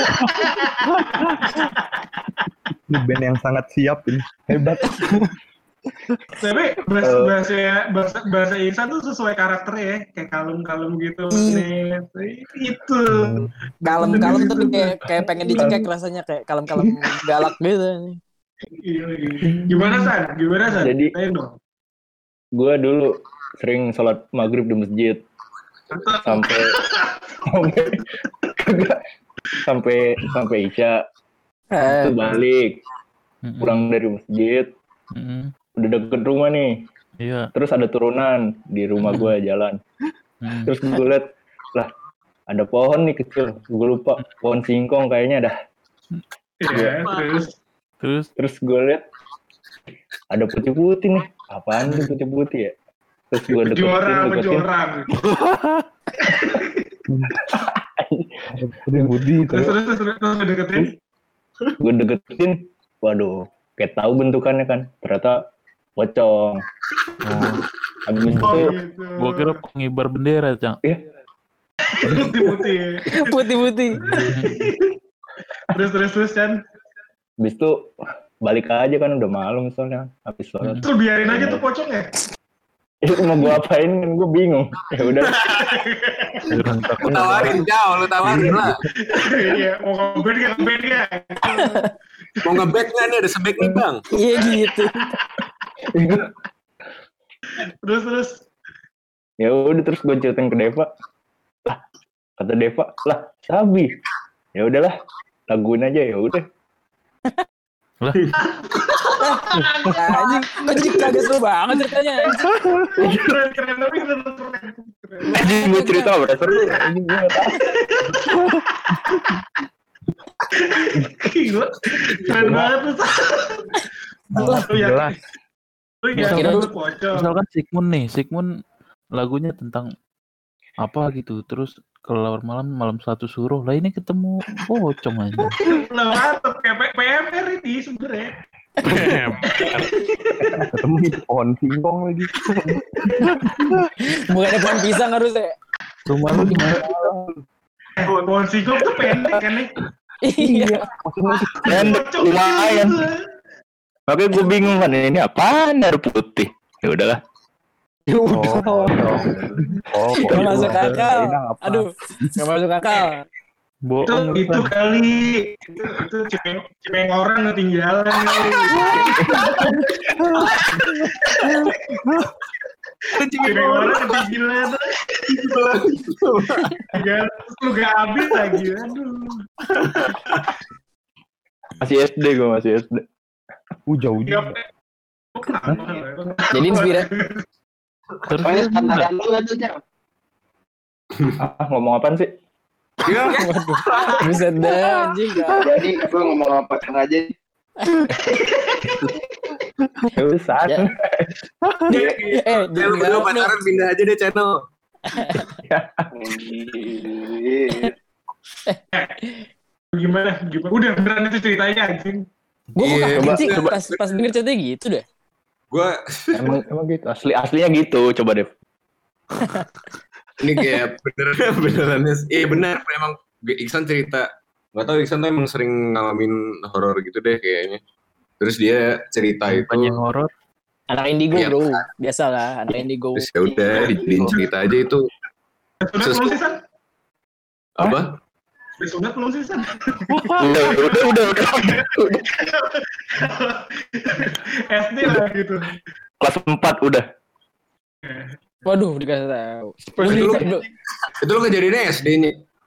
ini band yang sangat siap ini. Hebat. Tapi bahasa, Eh. bahasa, bahasa, bahasa Ihsan tuh sesuai karakternya ya. Kayak kalem-kalem gitu. Iya. Nih, itu. Kalem-kalem tapi kayak kayak pengen dicekek rasanya kayak kalem-kalem galak gitu. Iya, iya. Gimana San? Gimana San? Jadi- Ayo dong. Gua dulu sering sholat maghrib di masjid sampai sampai kagak sampai sampai isya Eh, itu balik Mm-mm. pulang dari masjid Mm-mm. udah deket rumah nih Iya. terus ada turunan di rumah gua jalan Mm. terus gue liat lah ada pohon nih kecil gue lupa pohon singkong kayaknya dah Iya, terus. Terus terus gue liat ada putih-putih nih apaan tuh putih-putih ya terus gue deketin Jorang, apa deketin jorang? putih-putih Terus, terus, terus, terus, terus deketin. gue deketin waduh kayak tahu bentukannya kan ternyata pocong oh, habis Oh, itu gitu. gua kira pengibar bendera, Cang. Putih-putih. putih-putih. Terus, terus, terus, Chan. habis itu balik aja kan udah malam soalnya habis sholat Terus biarin aja tuh pocongnya. itu mau gue apain kan gue bingung ya udah Orang Lu takut. tawarin, Jauh. Lu tawarin lah. Iya, mau ngeband gak, ngeband gak? Mau nge-back nggak nih? Ada sebek nih, Bang. Iya gitu. Terus, terus. ya udah terus gue ceritain ke Deva lah kata Deva lah sabi ya udahlah laguin aja ya udah Nah, anjing, kok jadi kagak seru banget ceritanya. anjing. Keren, keren, tapi keren, keren. Keren. anjing gue cerita udah seru anjing gue nggak tahu. Gila. Keren banget tuh. Lu yakin? Jelas. Lu yakin Misalkan- lu pocong? Misalkan Sigmund nih, Sigmund lagunya tentang apa gitu, terus keluar malam malam satu suruh lah ini ketemu pocong aja. Lah, mantep. Kayak P M R ini sebenernya. ketemu di pohon singkong lagi Bukannya pohon pisang harusnya. Rumah lu di mana? Pohon pohon singkong tuh pendek kan nih. Iya. dan Pocong lumayan gitu. makanya gue bingung kan ini apaan air putih ya udahlah Oh, oh Gak masuk akal. Aduh, gak masuk akal. Itu, bohong itu kali. Itu, itu cipeng, cipeng orang ketinggalan kali. Cipeng orang ketinggalan. tiga ratus lu gak habis lagi. Aduh. Masih S D gue masih S D. Uh, jauh Tiga juga. Jadi inspirasi. Terus Pokoknya lu enggak. standar lu aja, Jam. Ah, ngomong apaan sih? Ya, Waduh. Buset dah anjing. Gak. Jadi gue ngomong apa aja. Ya udah saat. Ya. Eh, lu berdua pacaran pindah aja deh channel. Gimana? Gimana? Udah beneran itu ceritanya anjing. Gue kok Iya, kaget coba, sih coba. pas pas denger ceritanya gitu deh. Gue Emang emang gitu. Asli aslinya gitu. Coba Dev. ini kayak beneran benerannya. Iya benar, memang Iksan cerita. Gak tau Iksan tuh emang sering ngalamin horor gitu deh kayaknya. Terus dia cerita itu. Banyak horor. Anak indigo Iya. bro, biasa lah anak indigo. Terus ya udah dijadiin cerita aja itu. Sunat Sus- belum sih, San? Apa? Udah sunat belum sih, San? Udah udah udah udah. S D lah gitu. Kelas empat udah. Waduh, dikasih tahu. Itu lu, itu lu kejadiannya S D-nya.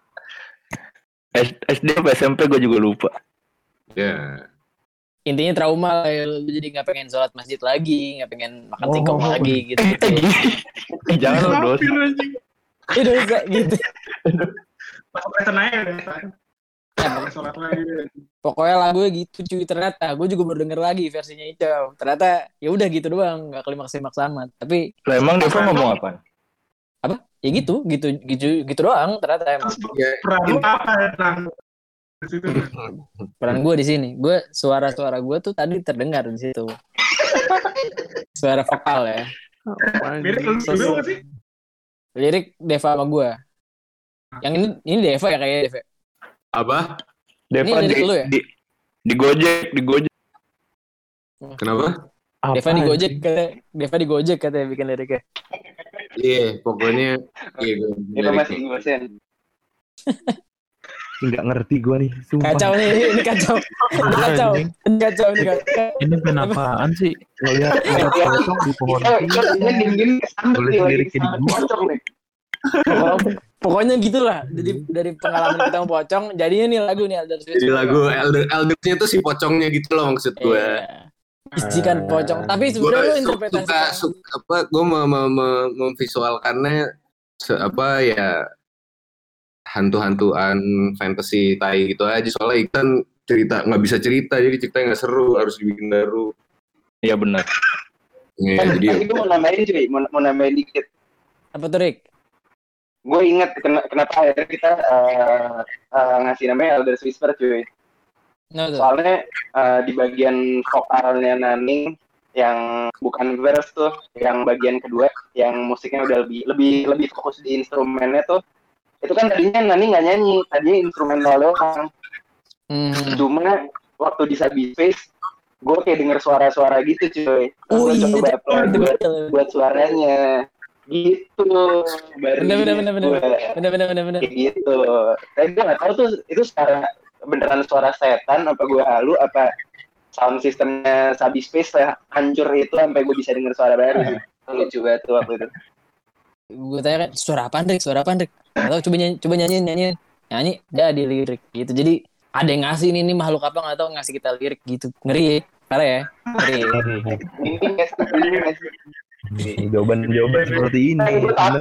S- SD apa S M P gue juga lupa. Ya. Intinya trauma lah, ya. Lu jadi nggak pengen sholat masjid lagi, nggak pengen makan Oh. singkong lagi gitu. Eh, eh, jangan lu dos. Hampir anjing. Itu dosa gitu. Masuk Kristen aja deh, San. Pakai sholat lagi deh. Pokoknya lagunya gitu cuy ternyata. Gue juga baru denger lagi versinya itu. Ternyata ya udah gitu doang, nggak klimaks-klimaks amat. Tapi Lah emang Deva ngomong apa? apa? Ya gitu, gitu, gitu, gitu doang ternyata emang. Ya, Peran lu apa ya, San? Di situ. Peran gue di sini, gue suara-suara gue tuh tadi terdengar di situ. Suara vokal ya. Mirip lu juga nggak sih? Lirik Deva sama gue. Yang ini ini Deva ya kayaknya Deva. apa? Deva Ini di, lirik lu ya? di di Gojek, di Gojek. Kenapa? Deva di Gojek katanya, Deva di Gojek katanya bikin liriknya. Iya, pokoknya iya gue Itu masih gue sen. Nggak ngerti gue nih, sumpah. Kacau nih, ini, ini kacau. Ini kacau. Ini kacau, ini kacau. Ini band apaan sih? Ngeliat ngeliat pocong di pohon. Eh, itu ini dingin kesambet Boleh nih lagi lirik jadi kesambet pocong nih. Pokok- Pokoknya gitulah dari dari pengalaman kita sama pocong, jadinya nih lagu nih Elder Switch. jadi lagu Elder Eldersnya tuh si pocongnya gitu loh maksud gue. Iya. Bisikan pocong. Tapi Gue sebenarnya lu su- interpretasi suka, suka apa? Gue mem, mem, mem- memvisualkannya se- apa ya hantu-hantuan fantasy tai gitu aja. Soalnya Iksan cerita nggak bisa cerita, jadi ceritanya nggak seru, harus dibikin baru. Iya benar. Ya, Tapi jadi gue mau nambahin cuy, mau, mau nambahin dikit. apa tuh Rick? Gue inget ken- kenapa akhirnya kita uh, uh, ngasih namanya Elder Whisper cuy. Nah, tuh. Soalnya uh, di bagian vokalnya Naning yang bukan verse tuh, yang bagian kedua, yang musiknya udah lebih lebih lebih fokus di instrumennya tuh, itu kan tadinya Naning nggak nyanyi, tadinya instrumental doang. Hmm. Cuma waktu di Sabi Space, gue kayak denger suara-suara gitu cuy. Oh Gua iya, coba itu- apply itu buat, betul. buat suaranya. Gitu. Baru Bener, bener, bener, bener. gua Bener bener bener bener. kayak gitu. Tapi gue nggak tahu tuh itu suara beneran suara setan apa gue halu apa sound systemnya Sabi Space ya, hancur itu sampai gue bisa denger suara baru. Lucu banget tuh waktu itu. Gue tanya kan suara apaan Rick? Suara apaan Rick? Gak tau, coba nyanyi, coba nyanyiin, nyanyiin. Nyanyi, dah di lirik gitu. Jadi ada yang ngasih ini, ini makhluk apa gak tau ngasih kita lirik gitu. Ngeri ya? Parah ya? Ngeri. Ini nggak sih, ini nggak sih. Jawaban-jawaban seperti ini. Gue takut.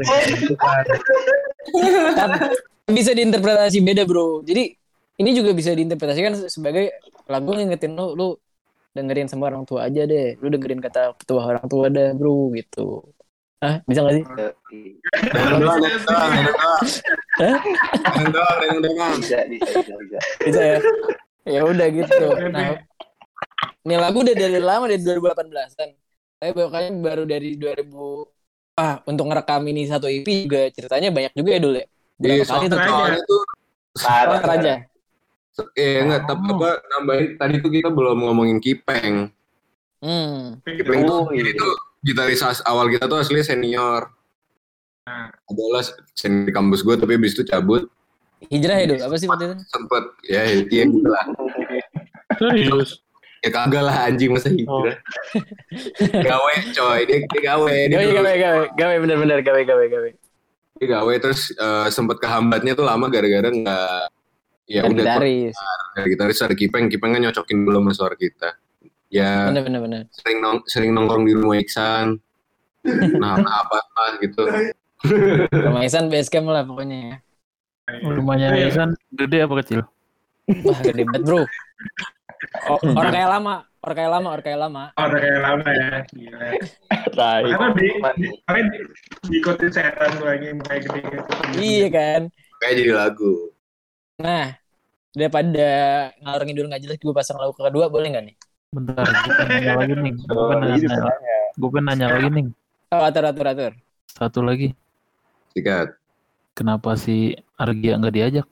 Tapi bisa diinterpretasi beda bro. Jadi ini juga bisa diinterpretasikan sebagai lagu ngingetin lu, lu dengerin sama orang tua aja deh. Lu dengerin kata petua orang tua dah bro gitu. Hah? Bisa gak sih? Denang doang, denang doang, denang doang. Hah? Denang doang, denang doang. Bisa, bisa, bisa, bisa. Bisa ya? Ya udah gitu. Nah, ini lagu udah dari lama, dari dua ribu delapan belas-an. Tapi kayaknya baru dari dua ribu. Ah, untuk ngerekam ini satu E P juga ceritanya banyak juga ya dulu ya. Iya, Berapa kali tuh? soalnya tuh Parah, Parah aja. eh enggak, tapi apa nambahin tadi tuh kita belum ngomongin Kipeng. Hmm. Kipeng tuh Oh, iya. itu gitaris as- awal kita tuh aslinya senior. Nah. Adalah senior di kampus gue tapi abis itu cabut Hijrah ya dulu. Apa sih waktu itu? sempet ya iya gitu lah. Serius. Ya kagak lah anjing masa hijrah. Gawe coy, dia, dia gawe. Dia Gawe, dulu- gawe, gawe, gawe, bener-bener gawe, gawe, gawe. Dia gawe terus uh, sempat kehambatnya tuh lama gara-gara nggak ya Dan udah gitaris. Dari gitaris ada Kipeng, Kipeng kan nyocokin dulu sama suara kita. Ya Bener bener bener. sering nong sering nongkrong di rumah Iksan. Nah, apa apa gitu. Rumah Ihsan base camp lah pokoknya ya. Rumahnya Ihsan gede apa kecil? Wah gede banget bro. Oh, orang kayak lama, orang kayak lama, orang kayak lama. Orang kayak lama ya. Gila. Tai. Karena di, di, kalian di, diikutin setan tuh lagi kayak gede gitu. Iya kan. Kayak jadi lagu. Nah, daripada ngalor ngidul nggak jelas, gue pasang lagu kedua boleh nggak nih? Bentar, gue pengen nanya lagi nih. Gue pengen nanya, gue pengen nanya lagi nih. Oh, atur atur atur. Satu lagi. Sikat. Kenapa si Argia nggak diajak?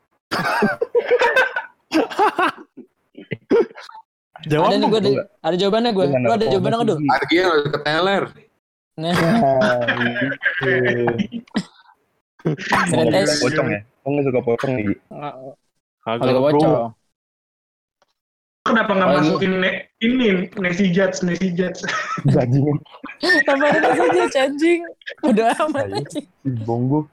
Ada nih gue, ada jawabannya gue. Lo ada jawabannya nggak, Dul? Argia harus ke Teler. Nah, Nggak suka pocong ya? Kamu nggak suka pocong nih? kalau gue bocor. Kenapa nggak Oh, ini- masukin ne- ini Nesi Judge, Nesi Judge? Bajingan. Apa ada saja cacing? Udah amat anjing. Si Bongo.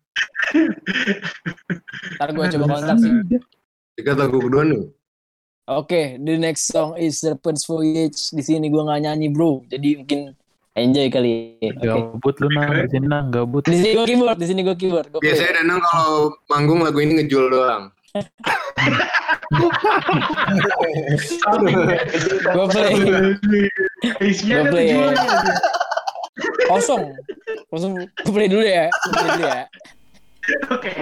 Ntar gue coba kontak sih. Sikat lagu kedua nih. Oke, the next song is Serpent's Voyage. Di sini gue nggak nyanyi bro, jadi mungkin enjoy kali. Oke. Gabut lu nang di sini nang gabut. Di sini gue keyboard, di sini gue keyboard. Gue play. Biasanya Danang kalau manggung lagu ini ngejul doang. Gue play. Isinya Gue ada play ya. tujuannya. Kosong, kosong. Gue play dulu ya. Gue play dulu ya. Oke.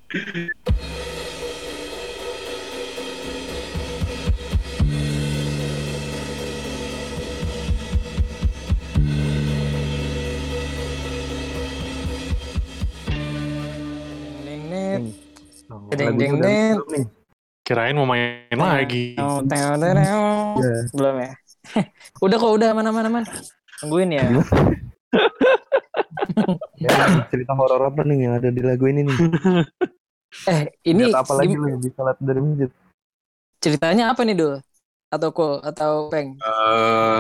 Deng deng deng deng deng. Kirain mau main lagi. Teng, teng, teng, teng. Belum ya. Udah kok, udah aman-aman aman. Tungguin ya. Ya, cerita horor apa nih yang ada di lagu ini nih? Eh, ini Lihat apa lagi gim- lu yang bisa lihat dari masjid? ceritanya apa nih, Dul? Atau Kol atau Peng? Eh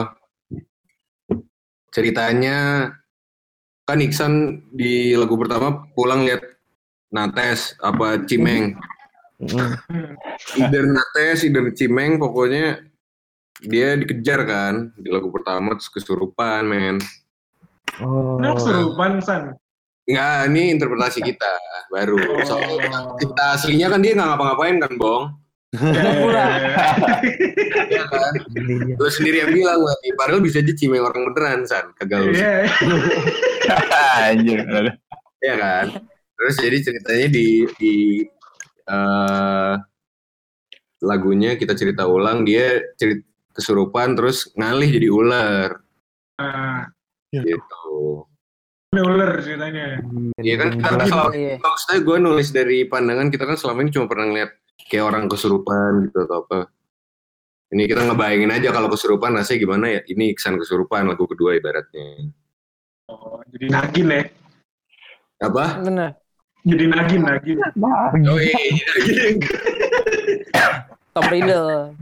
ceritanya kan Iksan di lagu pertama pulang lihat Nates apa Cimeng. Mm. Either Nates, either Cimeng, pokoknya dia dikejar kan di lagu pertama terus kesurupan, men. Oh. Kenapa kesurupan, San? Enggak, ini interpretasi kita baru. Soalnya Oh. cerita aslinya kan dia nggak ngapa-ngapain kan, Bong. Pulang. Iya kan? Ininya. Lu sendiri yang bilang berarti. Padahal bisa aja Cimeng orang beneran, San. Kagak lu. Iya. Anjir. Iya kan? Terus jadi ceritanya di di eh, lagunya kita cerita ulang, dia cerita kesurupan terus ngalih jadi ular Ah, gitu. ini ular ceritanya. Iya kan kita kan selama Iya. maksudnya gue nulis dari pandangan kita kan selama ini cuma pernah ngeliat kayak orang kesurupan gitu atau apa. Ini kita ngebayangin aja kalau kesurupan rasanya gimana ya. Ini Iksan kesurupan lagu kedua ibaratnya. Oh, jadi nagin ya. Apa? Bener. Jadi nagin, nagin. Oh iya. Top Riddle.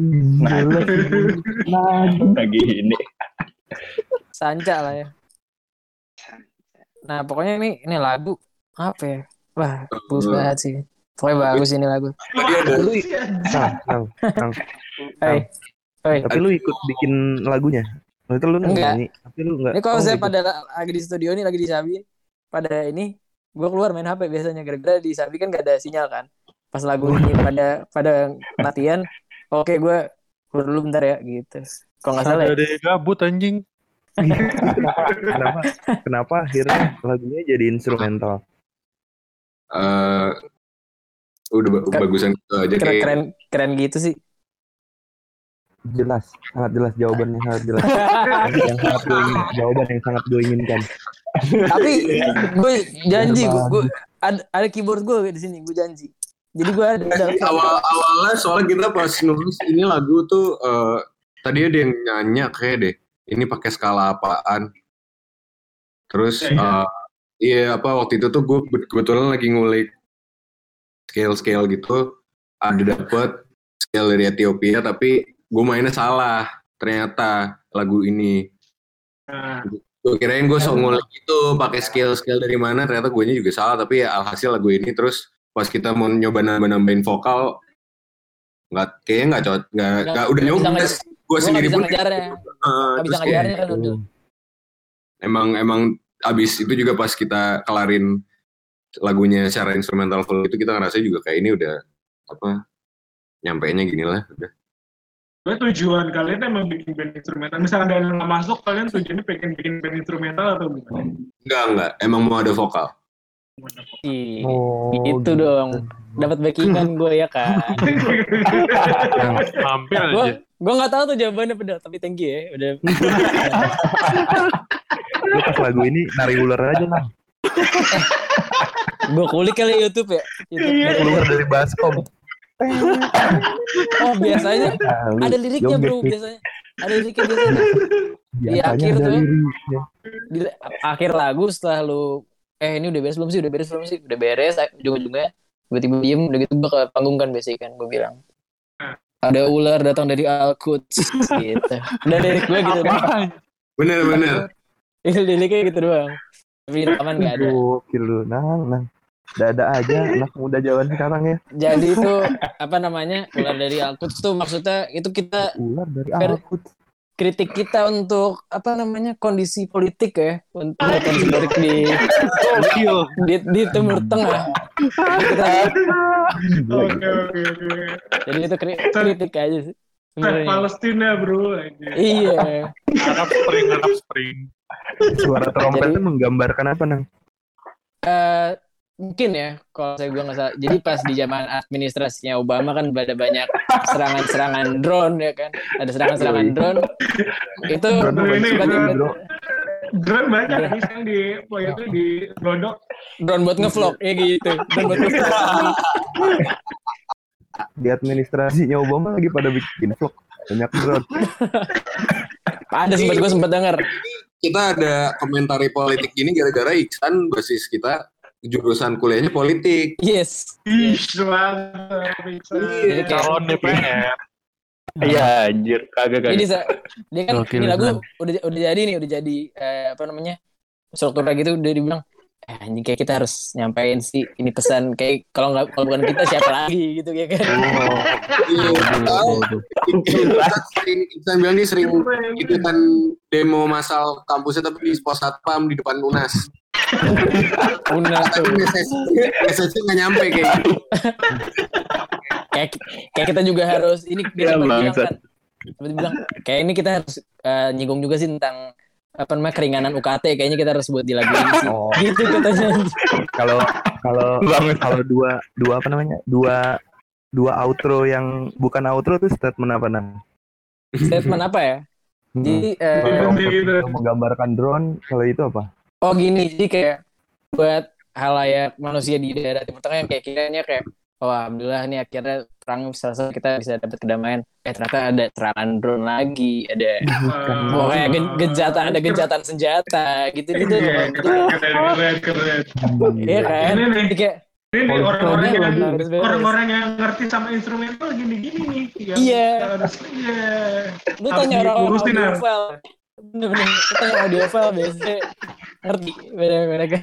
Lagi ini. Sanca lah ya. Nah, pokoknya ini ini lagu apa ya? Wah, bagus banget sih. Pokoknya bagus ini lagu. Tadi ada Nah, Nang, Nang. Hei. Hei. Tapi lu ikut bikin lagunya? Itu lu Enggak. nyanyi, tapi lu enggak. Ini kalau oh, saya ikut. pada lagi di studio nih, lagi di Sabi, pada ini gue keluar main H P biasanya gara-gara di Sabi kan gak ada sinyal kan. Pas lagu ini pada pada latihan, oke gue keluar dulu bentar ya gitu. Kalau nggak salah ya. Ada gabut anjing. kenapa? Kenapa akhirnya lagunya jadi instrumental? eh udah ba- Kan- bagusan gitu aja keren, kayak keren keren gitu sih. Jelas, sangat jelas jawabannya sangat jelas. yang sangat gue ingin, jawaban yang sangat gue inginkan. Tapi gue janji gue, gue ada, ada keyboard gue di sini, gue janji. Jadi gue ada, ada awal awalnya soalnya kita pas nulis ini lagu tuh eh, tadi ada yang nanya kayak deh ini pakai skala apaan terus Iya, iya. eh, iya apa waktu itu tuh gue kebetulan lagi ngulik scale scale gitu ada dapet scale dari Ethiopia tapi gue mainnya salah ternyata lagu ini Nah, Gue kirain gue sok ngulik itu pakai skill-skill dari mana, ternyata gue juga salah. Tapi ya alhasil lagu ini terus pas kita mau nyoba nambah-nambahin vokal, nggak kayaknya nggak cocok, nggak nggak udah nyoba. Gue sendiri pun ngejarnya, uh, nggak bisa ngejarnya kan udah. Emang emang abis itu juga pas kita kelarin lagunya secara instrumental full itu kita ngerasa juga kayak ini udah apa nyampeinnya gini lah udah. Gue tujuan kalian emang bikin band instrumental. Misalnya ada yang nggak masuk, kalian tujuannya pengen bikin band instrumental atau gimana? Enggak, enggak. Emang mau ada vokal. Ih, Oh, itu gitu. dong. Dapat backingan gue ya kan. Hampir Gue aja. gue nggak tahu tuh jawabannya bener, tapi thank you ya. Udah. Lu pas lagu ini nari ular aja lah. Gue kulik kali YouTube ya. YouTube. Keluar dari baskom. Oh biasanya Nah, lu ada liriknya joget bro nih. biasanya. Ada liriknya biasanya. Di Biasanya akhir ada tuh. liriknya. Di akhir lagu setelah lu eh ini udah beres belum sih? Udah beres belum sih? Udah beres. Ujung-ujungnya tiba-tiba diem udah gitu gue ke panggung kan biasanya kan gue bilang. Ada ular datang dari Al-Quds gitu. Dan lirik gue gitu doang. Bener bener. Itu liriknya gitu doang. Tapi rekaman gak ada. Gokil lu, nang, nang. Dada aja anak muda zaman sekarang ya. Jadi itu apa namanya ular dari Al-Quds tuh maksudnya itu kita Ular dari Fer- Alkut. kritik kita untuk apa namanya kondisi politik ya untuk kondisi politik di di, di Timur Tengah. Kita, Oke oke oke. jadi itu kri- kritik aja sih. Nah, sebenarnya. Palestina bro. Aja. Iya. Arab Spring, Arab Spring. Suara trompet Jadi- itu menggambarkan apa nang? Eh, mungkin ya kalau saya gue nggak salah. Jadi pas di zaman administrasinya Obama kan ada banyak serangan-serangan drone ya kan. Ada serangan-serangan drone. Itu Drone apa ini, suka tiba- bro? Drone banyak nih sekarang di poin itu di Glodok. drone buat ngevlog ya gitu. Drone buat ngevlog. Di administrasinya Obama lagi pada bikin vlog. Banyak drone. Ada sempat gue sempat dengar. Kita ada komentari politik gini gara-gara Iksan basis kita jurusan kuliahnya politik. Yes. Ih, mantap. Jadi kayak Calon D P R. Iya anjir, kagak Jadi kagak. sa- dia kan Gokil, ini lagu beneran. udah udah jadi nih, udah jadi eh, apa namanya? Strukturnya gitu udah dibilang eh, anjing kayak kita harus nyampein sih ini pesan kayak kalau nggak kalau bukan kita siapa lagi gitu ya kan. Iya, tahu. Iksan sering- Iksan bilang dia sering ikutan demo masal kampusnya tapi di pos satpam di depan U N A S. Unas tuh. Tapi message nggak nyampe kayak gitu. Kayak kayak kita juga harus ini dia Ya, sempat bilang bangsat. kan. Sempat bilang kayak ini kita harus eh, nyinggung juga sih tentang apa namanya keringanan U K T kayaknya kita harus buat di lagu ini sih. Oh. Gitu katanya. Kalau kalau kalau dua dua apa namanya? Dua dua outro yang bukan outro tuh statement apa nang? Statement apa ya? Hmm. Jadi eh, Kalau trompet gitu. itu menggambarkan drone, kalau itu apa? oh gini, jadi kayak buat halayak manusia di daerah Timur Tengah yang kayak kiranya kayak oh alhamdulillah nih akhirnya perang selesai kita bisa dapat kedamaian. Eh ternyata ada serangan drone lagi, ada oh, kayak gen- genjatan, ada gencatan senjata gitu-gitu. Iya, keren, keren, keren, keren. Iya kan? Ini nih. Jadi kayak Ini nih, orang-orang Polisi yang lagi beres-beres. orang-orang yang ngerti sama instrumental gini-gini nih. Yang Iya. Harus, iya. lu Harus tanya orang diurusin, audio Ar. file. Bener-bener, lu tanya audio file biasanya ngerti mereka.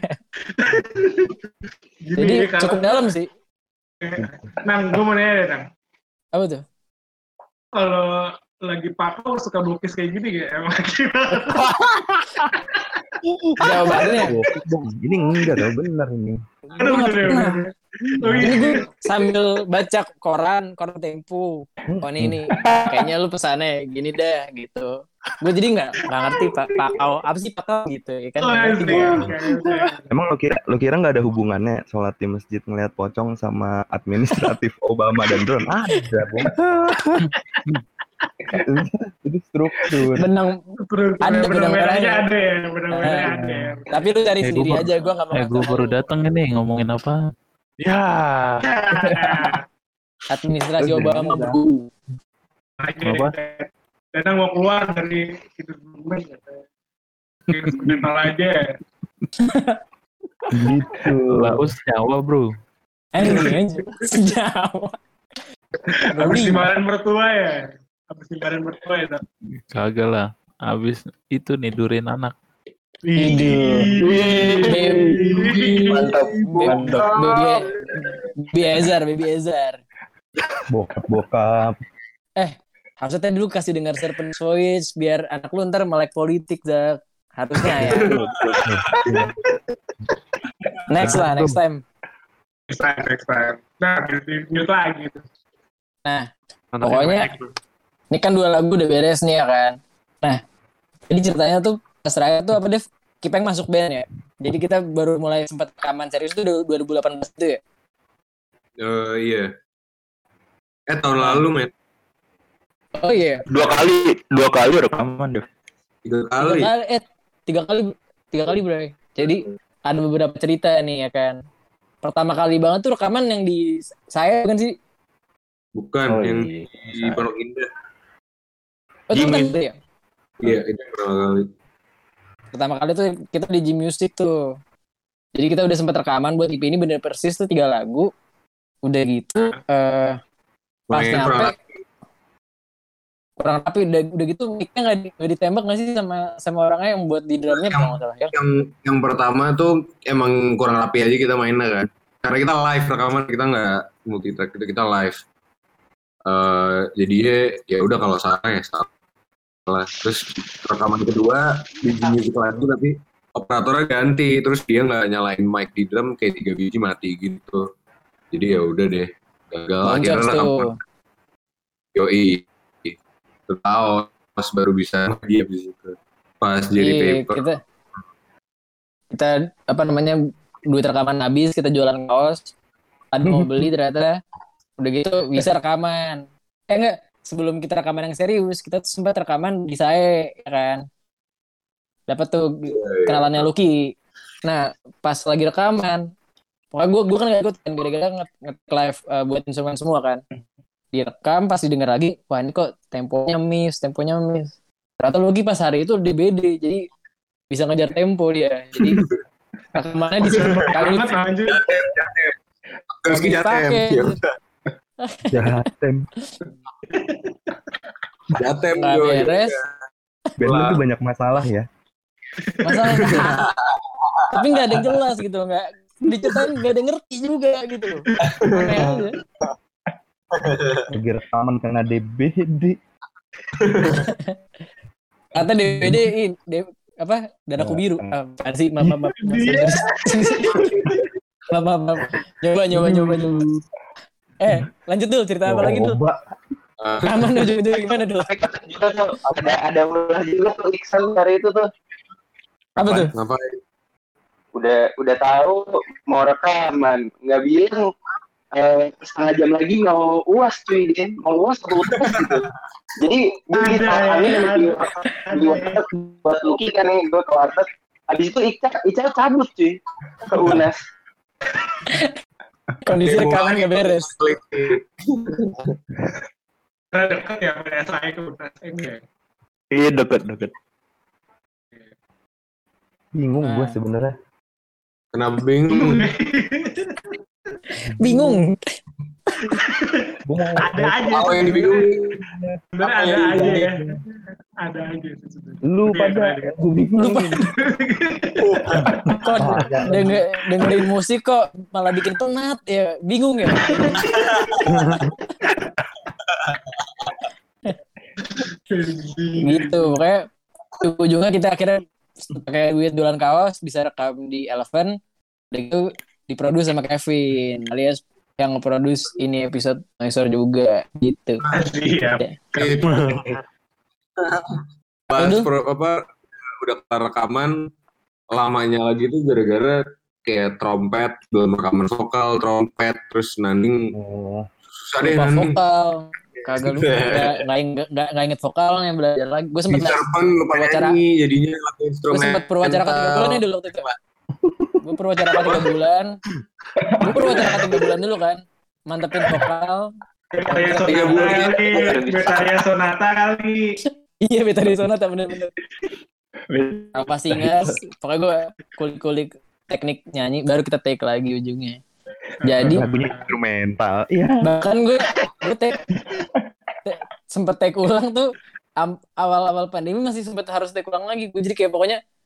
Gini, Jadi kalau- cukup dalam sih. Nang, gue mau nanya deh, Nang. Apa tuh? Kalau lagi pakau suka blokis kayak gini gak? Emang gimana? Jawabannya Gokil dong. Ini enggak tau bener ini. gue nggak pernah. Oh, Ini iya. gue sambil baca koran, koran Tempo. Oh ini ini, kayaknya lu pesannya gini dah gitu. Gue jadi nggak nggak ngerti pak pakau apa sih pakau gitu ya kan? Oh, Nggak ngerti iya, gua. oke, oke. Emang lo kira lo kira nggak ada hubungannya sholat di masjid ngeliat pocong sama administratif Obama dan drone? Ada, Bang. Itu struktur. Benang. Terus Ada benang benang merahnya merahnya. ada ya, benang merahnya Ah. ada. Tapi lu cari Eh, sendiri gua- aja, gue nggak mau. Eh, gue ngasih baru tahu. datang ini ngomongin apa? Ya, Administrasi Terus Obama dari- bro. Apa? Datang mau keluar dari itu movement. Instrumental aja. Gitu. Laos nyawa bro. Eh ini aja. Senyawa. Habis dimarahin mertua ya. Habis dimarahin mertua ya. Tam? Kagak lah. Abis itu nidurin anak. Mantap, mantap. Baby Baby Ezar, Baby Ezar. Bokap-bokap. Harusnya dulu kasih dengar Serpent Voice biar anak lu ntar melek politik, Zak. Harusnya ya. Next lah, next time. Next time, next time. Nah, mute lagi. Nah, pokoknya ini kan dua lagu udah beres nih ya kan. Nah, jadi ceritanya tuh pas terakhir tuh apa Dev? Kipeng masuk band ya. Jadi kita baru mulai sempat rekaman serius tuh dua ribu delapan belas itu ya. Eh iya. Eh tahun lalu men. Oh iya. Dua kali, dua kali rekaman deh. Tiga Tiga kali. kali, eh tiga kali, tiga kali bro. Jadi ada beberapa cerita nih ya kan. Pertama kali banget tuh rekaman yang di saya bukan sih? Bukan Oh, yang iya. di Pondok Indah. Oh, itu kan itu ya. Iya itu pertama kali. Pertama kali tuh kita di G Music tuh. Jadi kita udah sempat rekaman buat I P ini bener persis tuh tiga lagu. Udah gitu eh pas Main kurang nyampe kurang rapi udah, udah gitu mic-nya nggak di- nggak ditembak nggak sih sama sama orangnya yang buat di drumnya kalau nggak salah ya. yang yang pertama tuh emang kurang rapi aja kita mainnya kan. Karena kita live rekaman, kita nggak multi track, itu kita live. Eh jadi ya udah kalau salah ya salah. Terus rekaman kedua di music lagi tapi operatornya ganti, terus dia nggak nyalain mic di drum kayak tiga biji mati gitu. Jadi ya udah deh gagal akhirnya Boncos rekaman. tuh. Yoi. Tahu pas baru bisa dia habis itu. Pas jadi Iya, paper. kita kita apa namanya duit rekaman habis kita jualan kaos ada mau beli ternyata udah gitu bisa rekaman eh enggak sebelum kita rekaman yang serius kita tuh sempat rekaman di saya ya kan dapat tuh kenalannya Lucky. Nah pas lagi rekaman pokoknya gue gue kan gak ikut kan gara-gara nge-live uh, buat instrumen semua kan direkam pas didengar lagi wah ini kok temponya miss temponya miss ternyata Lucky pas hari itu di B D jadi bisa ngejar tempo dia jadi rekamannya di sini kali Amat anjir. Terus kita dipakai. tem. Jatem. Jatem nggak yo. beres Band lu tuh banyak masalah ya. masalah tapi nggak ada yang jelas gitu nggak diceritain nggak ada yang ngerti juga gitu loh aneh aja. Lagi rekaman karena D B D. Kata D V D in D- apa danaku biru apa sih maaf maaf maaf maaf maaf maaf nyoba nyoba nyoba nyoba eh lanjut dulu cerita apa lagi tuh Coba. aman dulu itu gimana dulu Juga tuh ada ada ulah juga tuh Iksan hari itu tuh apa tuh Ngapain? udah udah tahu mau rekaman nggak bilang eh, setengah jam lagi mau uas cuy dia mau uas atau uas gitu jadi gue Ada, ditawarin ada, di ada. di warteg buat Lucky kan nih gue ke warteg habis itu Ica Ica cabut cuy ke Unas kondisi rekaman nggak beres Karena dekat ya pada saya ke Unas ya. Iya deket deket. Bingung Nah. gue sebenarnya. Kenapa bingung? bingung Gue mau Ada aja. Apa yang dibingungin? Sebenarnya ada aja ya. Ada aja sih sebenarnya. lu Oke, pada ada. gue bingung. Lupa. kok denger, dengerin musik kok malah bikin penat ya bingung ya gitu pokoknya ujungnya kita akhirnya pakai duit jualan kaos bisa rekam di Eleven dan itu diproduksi sama Kevin alias yang nge-produce ini episode Noisor juga gitu. Siap. Pas Aduh. pro, apa udah kelar rekaman lamanya lagi tuh gara-gara kayak trompet belum rekaman vokal trompet terus nanding Oh, susah deh Lupa nanding vokal kagak lupa nggak nggak inget nggak nggak inget vokalnya belajar lagi gue di sempet serpen lupa Wawancara. nyanyi jadinya lagu gue instrumen sempet perwacara tiga bulan ya dulu waktu itu gue perwacara tiga bulan gue perwacara tiga bulan dulu kan mantepin vokal Betaya Sonata kali. Betaya Sonata kali. iya beta di sana tak bener-bener apa singas pokoknya gue kulik-kulik teknik nyanyi baru kita take lagi ujungnya jadi lagunya instrumental. Iya. bahkan gue gue take, take sempet take ulang tuh am- awal-awal pandemi masih sempet harus take ulang lagi gue jadi kayak pokoknya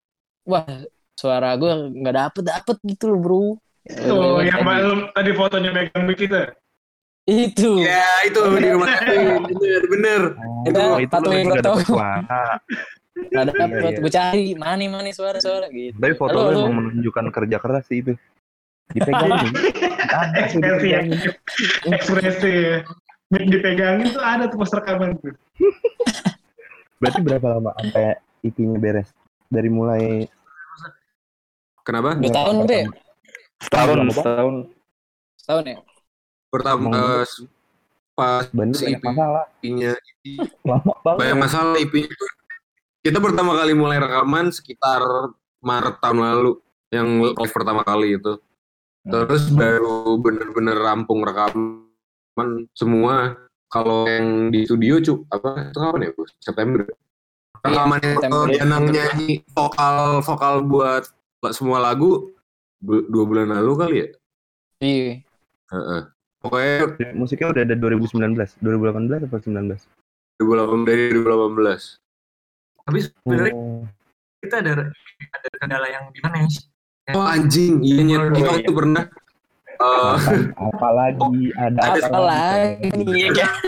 wah suara gue nggak dapet dapet gitu loh bro. Tuh, yang malam tadi fotonya megang mic itu. Itu. Ya itu di rumah Kevin, bener bener. Kita Oh, itu patuhin nggak foto. dapet suara. Nggak dapet, Iya, iya. gue cari mana nih mana nih suara-suara gitu. Tapi foto Halo, lu halo. emang menunjukkan kerja keras sih itu. Dipegangin. Ada tuh Ekspresi ya. dipegangin. Ekspresi ya. Mic dipegangin tuh ada tuh pas rekaman tuh. Berarti berapa lama sampai I P-nya beres? Dari mulai Kenapa? Dua tahun udah ya? Setahun, setahun. Setahun ya? Pertama Emang- eh, pas Bandung si banyak masalah. I P-nya Lama banget. banyak masalah I P-nya tuh. Kita pertama kali mulai rekaman sekitar Maret tahun lalu yang live pertama kali itu. Terus baru bener-bener rampung rekaman semua. Kalau yang di studio cu apa itu kapan ya bos? September. Rekaman yang September. Danang nyanyi vokal vokal buat semua lagu bu- dua bulan lalu kali ya. Iya. Heeh. Pokoknya Musiknya udah ada dua ribu sembilan belas, dua ribu delapan belas atau sembilan belas? dua ribu delapan belas dari dua ribu delapan belas. Tapi sebenarnya Oh. kita ada ada kendala yang gimana ya? Oh anjing, iya nyet. Kita waktu pernah eh, Apalagi ada Apa lagi nih?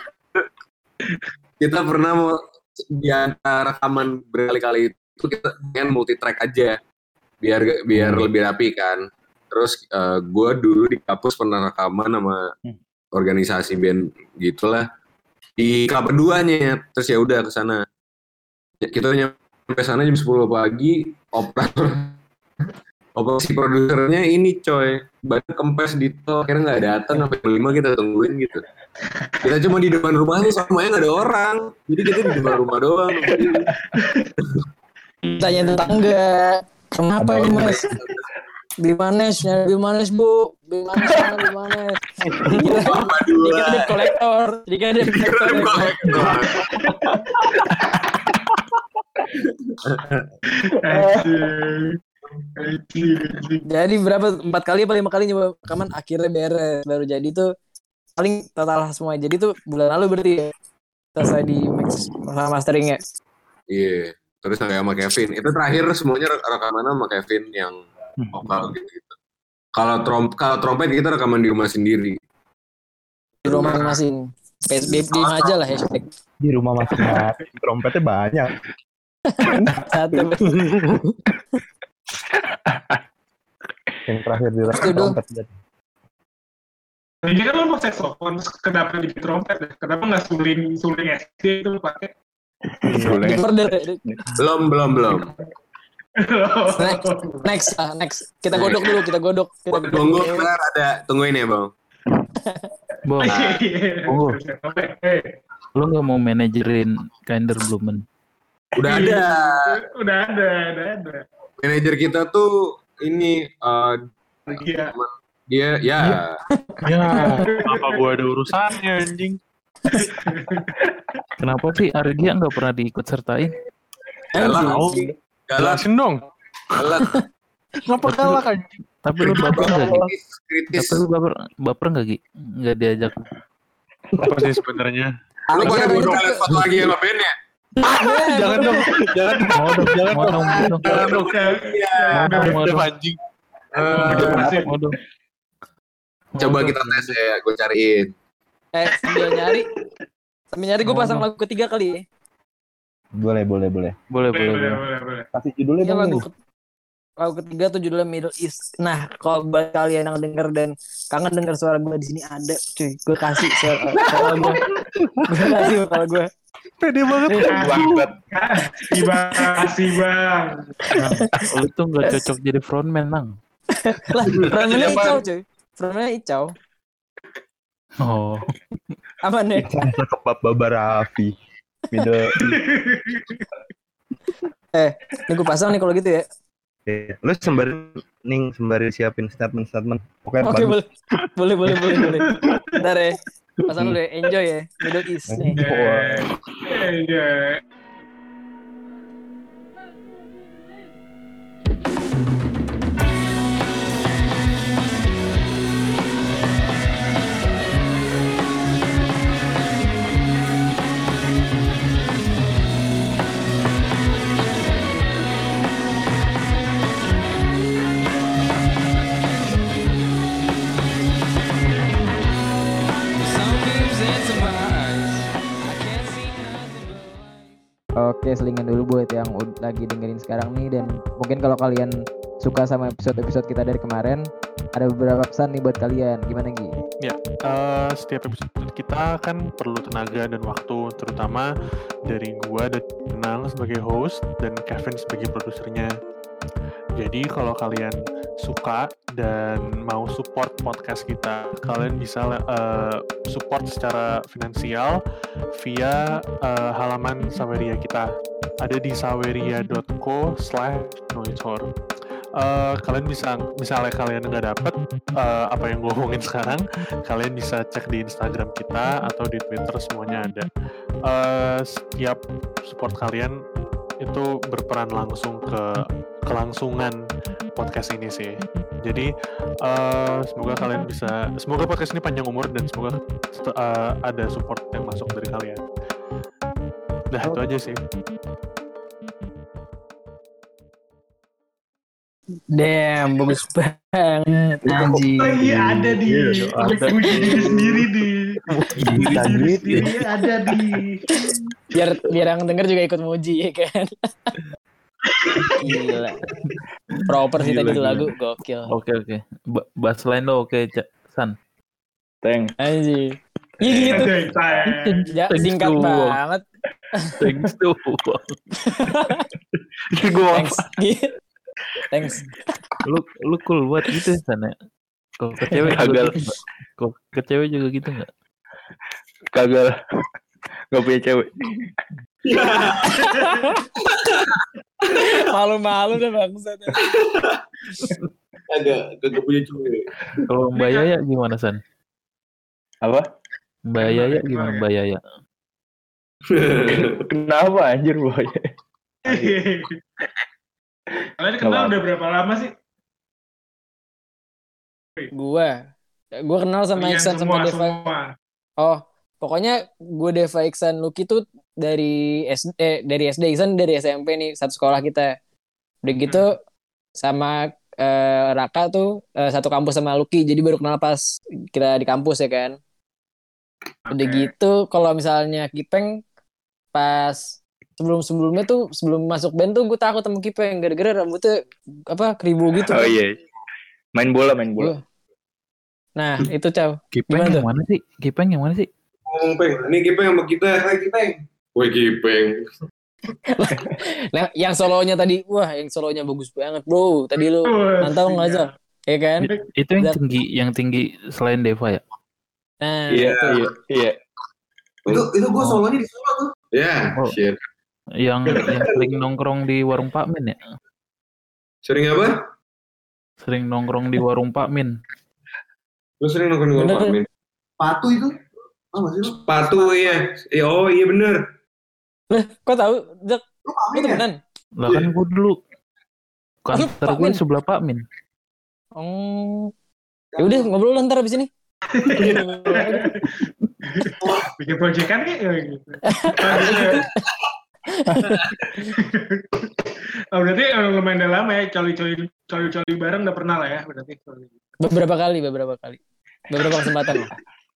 kita pernah mau di antara rekaman berkali-kali itu kita pengen multi track aja biar biar lebih rapi kan. Terus eh, gue dulu di kampus pernah rekaman sama organisasi band gitulah di Kelapa Duanya. Terus ya udah ke sana. Kita nyampe sana jam sepuluh pagi, operator operasi produsernya ini coy, badan kempes di tol, akhirnya nggak datang sampai jam lima kita tungguin gitu. Kita cuma di depan rumahnya, semuanya nggak ada orang, jadi kita di depan rumah doang. Tanya tetangga, kenapa ini mas? Di Manes, nyari di Manes bu, di Manes mana di Manes? Apa Jika dua? ada kolektor, jika ada kolektor. Anjing. Anjing, anjing. Jadi berapa empat kali apa lima kali nyoba rekaman akhirnya beres baru jadi tuh paling total semua. Jadi tuh bulan lalu berarti ya selesai di mix sama masteringnya. Iya, terus kayak sama Kevin. Itu terakhir semuanya rek- rekaman sama Kevin yang vokal gitu. Kalau trom kalau trompet kita rekaman di rumah sendiri. Di rumah masing-masing. P S B B aja lah hashtag. di rumah masing-masing. Trompetnya banyak. Satu. Yang terakhir di Terus tuh, trompet. Ini kan lo mau saxophone, terus kenapa jadi trompet ya? Kenapa nggak suling suling S D itu lo pakai? Di order. Belum, belum, belum. Next, next, ah, next. Kita godok dulu, kita godok. Kita Tunggu, bentar ada. Tungguin ya bang. Bang, Oh. Eh, lo nggak mau manajerin Kinder Blumen? Udah ada. Udah ada, udah ada. Manajer kita tuh ini eh, Iya. dia ya Ya, apa gua ada urusannya anjing? Kenapa sih Argia nggak pernah diikut sertain? galak, Anjing. galak, Jelasin dong. galak. Ngapa galak anjing? Tapi lu baper nggak Gi? Kritis, kritis. Tapi lu baper baper nggak Gi? Nggak diajak. Apa sih sebenarnya? Lu Argia pada lagi bodoh tuh- kalian foto lagi sama band ya? Jangan dong, jangan dong, Mau dong, jangan mau dong, dong, mau dong, jangan dong. Iya. mau dong, mau Udah dong, anjing. Eh, mau dong. coba kita tes ya, gue cariin. Eh, sambil nyari. Sambil nyari gue pasang lagu ketiga kali ya. Boleh, boleh, boleh. Boleh, Boleh, boleh, boleh, boleh. boleh, boleh. Kasih judulnya Ini dong lagu nih. ke- lagu ketiga tuh judulnya Middle East. Nah, kalau buat kalian yang denger dan kangen denger suara gue di sini ada, cuy. Gue kasih suara suara gue. Gue kasih kalau gue. Pede banget. Terima kasih bang. Lu tuh nggak cocok jadi frontman, Nang. Lah, frontman-nya Icau, cuy. Frontman-nya Icau. Oh, Aman ya? Cakep Baba Raffi. Middle Eh, ini gue pasang nih kalau gitu ya. East. Lu sembari ning sembari siapin statement-statement. Pokoknya Oke, bagus. boleh. Boleh, boleh, boleh, boleh. Bentar ya. Pasang dulu ya. Enjoy ya. Middle East nih. Eh, iya. Thank podcast Lingan dulu buat yang ud- lagi dengerin sekarang nih. Dan mungkin kalau kalian suka sama episode-episode kita dari kemarin, ada beberapa pesan nih buat kalian. Gimana Gi? Ya, uh, setiap episode kita kan perlu tenaga dan waktu, terutama dari gua dan Nang sebagai host dan Kevin sebagai produsernya. Jadi kalau kalian suka dan mau support podcast kita, kalian bisa uh, support secara finansial via uh, halaman Saweria kita. Ada di saweria.co slash noitor. Uh, kalian bisa, misalnya kalian nggak dapet uh, apa yang gue ngomongin sekarang, kalian bisa cek di Instagram kita atau di Twitter, semuanya ada. Uh, setiap support kalian itu berperan langsung ke kelangsungan podcast ini sih. Jadi uh, semoga kalian bisa, semoga podcast ini panjang umur dan semoga uh, ada support yang masuk dari kalian. Nah itu aja sih. Damn, bagus banget anjing. Oh iya ada di puji diri sendiri di diri sendiri ada di biar biar yang denger juga ikut muji ya kan. Gila. Proper sih tadi itu lagu gokil. Oke oke. Ba- bass line lo oke, Cak. San. Thanks. Anjing. Iya gitu. Ya, singkat banget. Thanks tuh. Thanks. Thanks. Lu lu cool buat gitu sana. Kok ke cewek juga gitu, kok ke cewek juga gitu enggak? Kagak. Enggak punya cewek. Malu-malu deh bangsat. Agak kagak punya cewek. Kalau Mbak Yaya gimana, San? Apa? Mbak Yaya gimana Mbak Yaya? Kenapa anjir boy? Kalian kenal udah berapa lama sih? Gua, gua kenal sama Kalian Iksan semua, sama Deva. semua. Oh, pokoknya gue Deva, Iksan, Lucky tuh dari S D, eh, dari S D, Iksan dari S M P nih, satu sekolah kita. Udah gitu sama eh, Raka tuh eh, satu kampus sama Lucky, jadi baru kenal pas kita di kampus ya kan. Udah Oke. gitu, kalau misalnya Kipeng pas sebelum-sebelumnya tuh sebelum masuk band tuh gue takut sama Kipeng gara-gara rambutnya apa keribu gitu. Oh iya. Main bola, main bola. Nah, itu Caw. Kipeng Gimana yang tuh? mana sih? Kipeng yang mana sih? Ngomong Peng, ini Kipeng sama kita. Hai Kipeng. Woi Kipeng. Nah, yang solonya tadi, wah, yang solonya bagus banget, bro. Tadi lu Wah, mantau nggak siap. Zal? Ya kan? Itu yang Dan- tinggi, yang tinggi selain Deva ya? Nah, Iya, itu. Iya, iya. Itu itu gue solonya di Solo tuh. Ya, Oh. shit. Yang yang sering nongkrong di warung Pak Min ya? Sering apa? Sering nongkrong di warung Pak Min. Lu sering nongkrong di Bener warung tuh. Pak Min. Sepatu itu? Apa sih lu? Sepatu iya. Eh, Oh iya bener. Kok tahu? Zak, Lu lu Pak Min ya? temenan? Lah kan gue dulu kantor Pak gue Min? sebelah Pak Min. Oh. Ya udah ngobrol lah ntar abis ini. Bikin proyekan kayak gitu. Oh, berarti eh, lumayan udah lama ya coli-coli coli-coli bareng udah pernah lah ya berarti. Beberapa kali, beberapa kali. Beberapa kesempatan lah.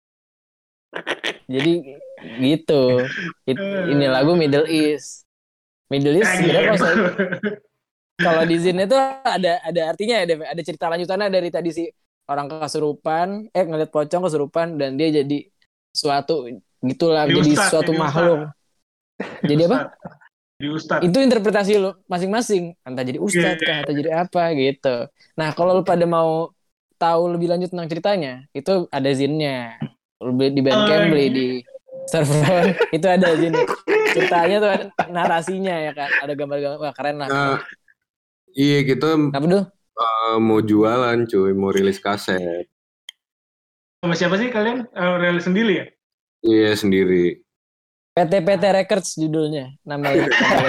Jadi gitu. It- ini lagu Middle East. Middle East Kayak sebenarnya gitu. kalau saya- kalau di Zin itu ada ada artinya ada ada cerita lanjutannya dari tadi si orang kesurupan, eh ngeliat pocong kesurupan dan dia jadi suatu gitulah, Jadi jadi ustad, suatu jadi makhluk. Jadi apa? Di Ustad. Itu interpretasi lo masing-masing, entah jadi ustadz kah atau jadi apa gitu. Nah, kalau lu pada mau tahu lebih lanjut tentang ceritanya, itu ada zinnya. Lu beli di Bandcamp, Oh, beli iya. di server, itu ada zin. Ceritanya tuh ada narasinya ya kan, ada gambar-gambar, wah keren lah. Nah, iya kita Apa tuh? uh, mau jualan cuy, mau rilis kaset. Sama siapa sih kalian? Eh, rilis sendiri ya? Iya sendiri. P T P T Records judulnya, namanya.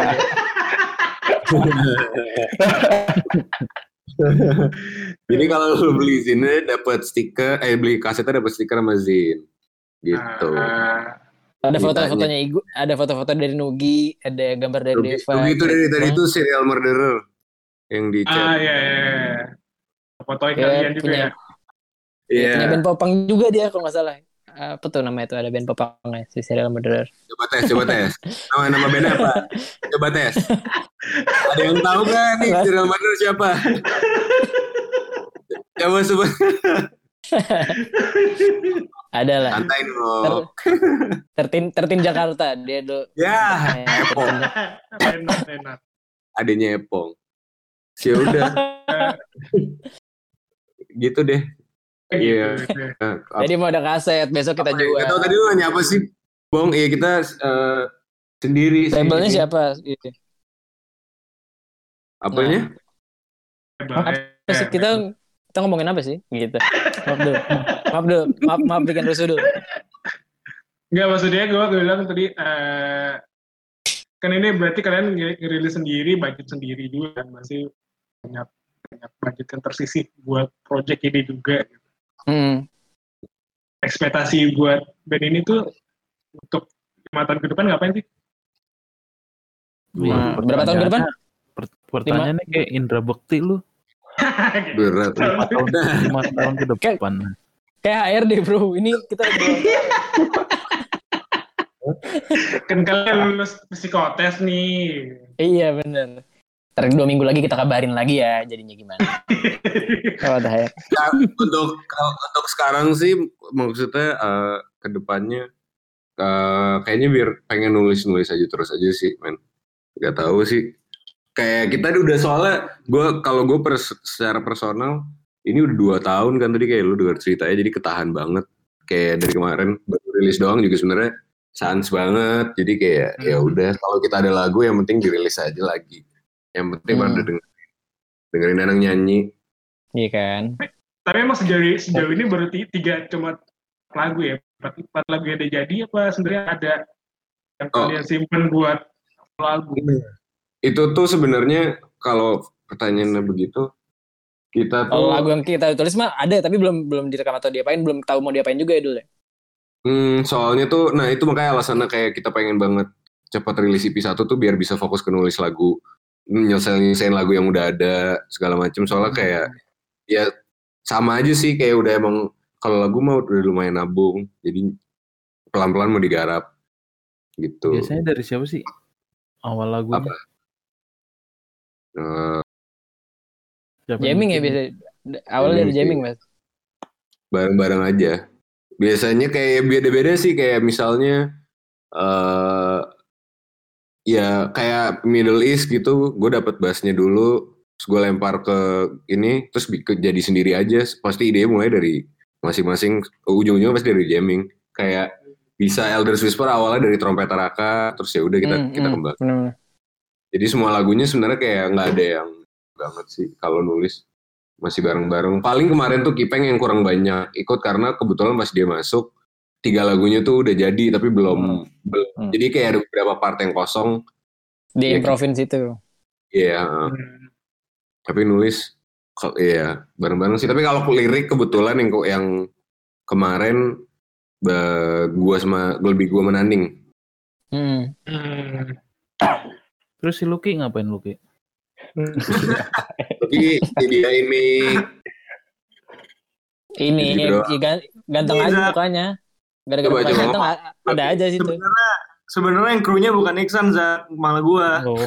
Jadi kalau lu beli zinnya dapat stiker, eh beli kasetnya dapat stiker sama zin. Gitu. Ah, Ada Ditanya. foto-fotonya Igu, ada foto-foto dari Nugi, ada gambar dari Rugi, Deva. Rugi itu dari tadi Wah, itu serial murderer yang di ah chat. iya iya. iya. Fotoin ya, kalian juga punya, ya. Iya. punya band popang juga dia kalau nggak salah. apa tuh namanya tuh ada band popangnya si Serial Murderer. Coba tes, coba tes. Nama nama bandnya apa? Coba tes. Ada yang tahu gak nih Serial Murderer siapa? Coba sebut. Ada lah. Santai dong. Tertin Tertin Jakarta dia dulu. Ya, Epong. Enak, enak. Adanya Epong. Sih udah. Gitu deh. Iya. Gitu. Jadi mau ada kaset besok kita jual. Gak tau tadi lu nanya apa sih, Bong? Iya kita uh, sendiri. Labelnya sih. siapa? Gitu. Apanya? Apa sih kita kita ngomongin apa sih? Gitu. Maaf dulu. Maaf dulu. Maaf maaf bikin rusuh dulu. Enggak, maksudnya gue bilang tadi uh, kan ini berarti kalian ngerilis sendiri, budget sendiri juga kan, masih banyak banyak budget yang tersisih buat project ini juga. Gitu. Hmm. Ekspektasi buat band ini tuh untuk lima tahun ke depan ngapain sih? Nah, berapa tahun ke depan? Pertanyaannya kayak Indra Bekti lu. Berat. lima tahun, lima tahun ke depan. Kayak H R D bro, ini kita kan kalian lulus psikotes nih. Iya bener. Ntar dua minggu lagi kita kabarin lagi ya jadinya gimana. Oh, ya, untuk untuk sekarang sih maksudnya uh, ke depannya uh, kayaknya biar pengen nulis-nulis aja terus aja sih, men. Gak tahu sih. Kayak kita udah soalnya gue kalau gue pers, secara personal ini udah dua tahun kan tadi kayak lu dengar ceritanya jadi ketahan banget kayak dari kemarin baru rilis doang juga sebenarnya sans banget jadi kayak hmm. ya udah kalau kita ada lagu yang penting dirilis aja lagi yang penting hmm. pada dengerin dengerin Danang nyanyi. Iya kan. Tapi emang sejauh sejauh ini baru tiga cuma lagu ya empat, empat lagu yang udah jadi apa sebenarnya ada yang oh. kalian simpen buat lagu? Itu tuh sebenarnya kalau pertanyaannya begitu kita tuh kalau lagu yang kita tulis mah ada tapi belum belum direkam atau diapain belum tahu mau diapain juga ya dulu ya. Hmm, soalnya tuh nah itu makanya alasannya kayak kita pengen banget cepat rilis E P satu tuh biar bisa fokus ke nulis lagu nyelesain lagu yang udah ada segala macam soalnya kayak ya sama aja sih kayak udah emang kalau lagu mah udah lumayan nabung jadi pelan-pelan mau digarap gitu. Biasanya dari siapa sih awal lagunya? Apa? Uh, jamming ya biasa awalnya dari jamming mas bareng-bareng aja biasanya kayak beda-beda sih kayak misalnya uh, ya kayak Middle East gitu gue dapat bassnya dulu terus gue lempar ke ini terus jadi sendiri aja pasti ide mulai dari masing-masing ujung-ujungnya pasti dari jamming kayak bisa Elder's Whisper awalnya dari trompet Raka terus ya udah kita hmm, kita hmm, kembang bener. Jadi semua lagunya sebenarnya kayak nggak ada yang banget sih kalau nulis masih bareng-bareng. Paling kemarin tuh Kipeng yang kurang banyak ikut karena kebetulan pas dia masuk tiga lagunya tuh udah jadi tapi belum. Hmm. belum. Hmm. Jadi kayak ada beberapa part yang kosong. Di ya, provinsi itu. Iya. Yeah. Hmm. Tapi nulis, iya yeah, bareng-bareng sih. Tapi kalau lirik kebetulan yang yang kemarin gua sama lebih gua menanding. Hmm. Hmm. Terus si Lucky ngapain Lucky? Lucky dia ini ini ya, ganteng aja mukanya. Gara-gara mukanya ganteng ada aja situ. Sebenarnya sebenarnya yang krunya bukan Iksan za, malah gua. Oh.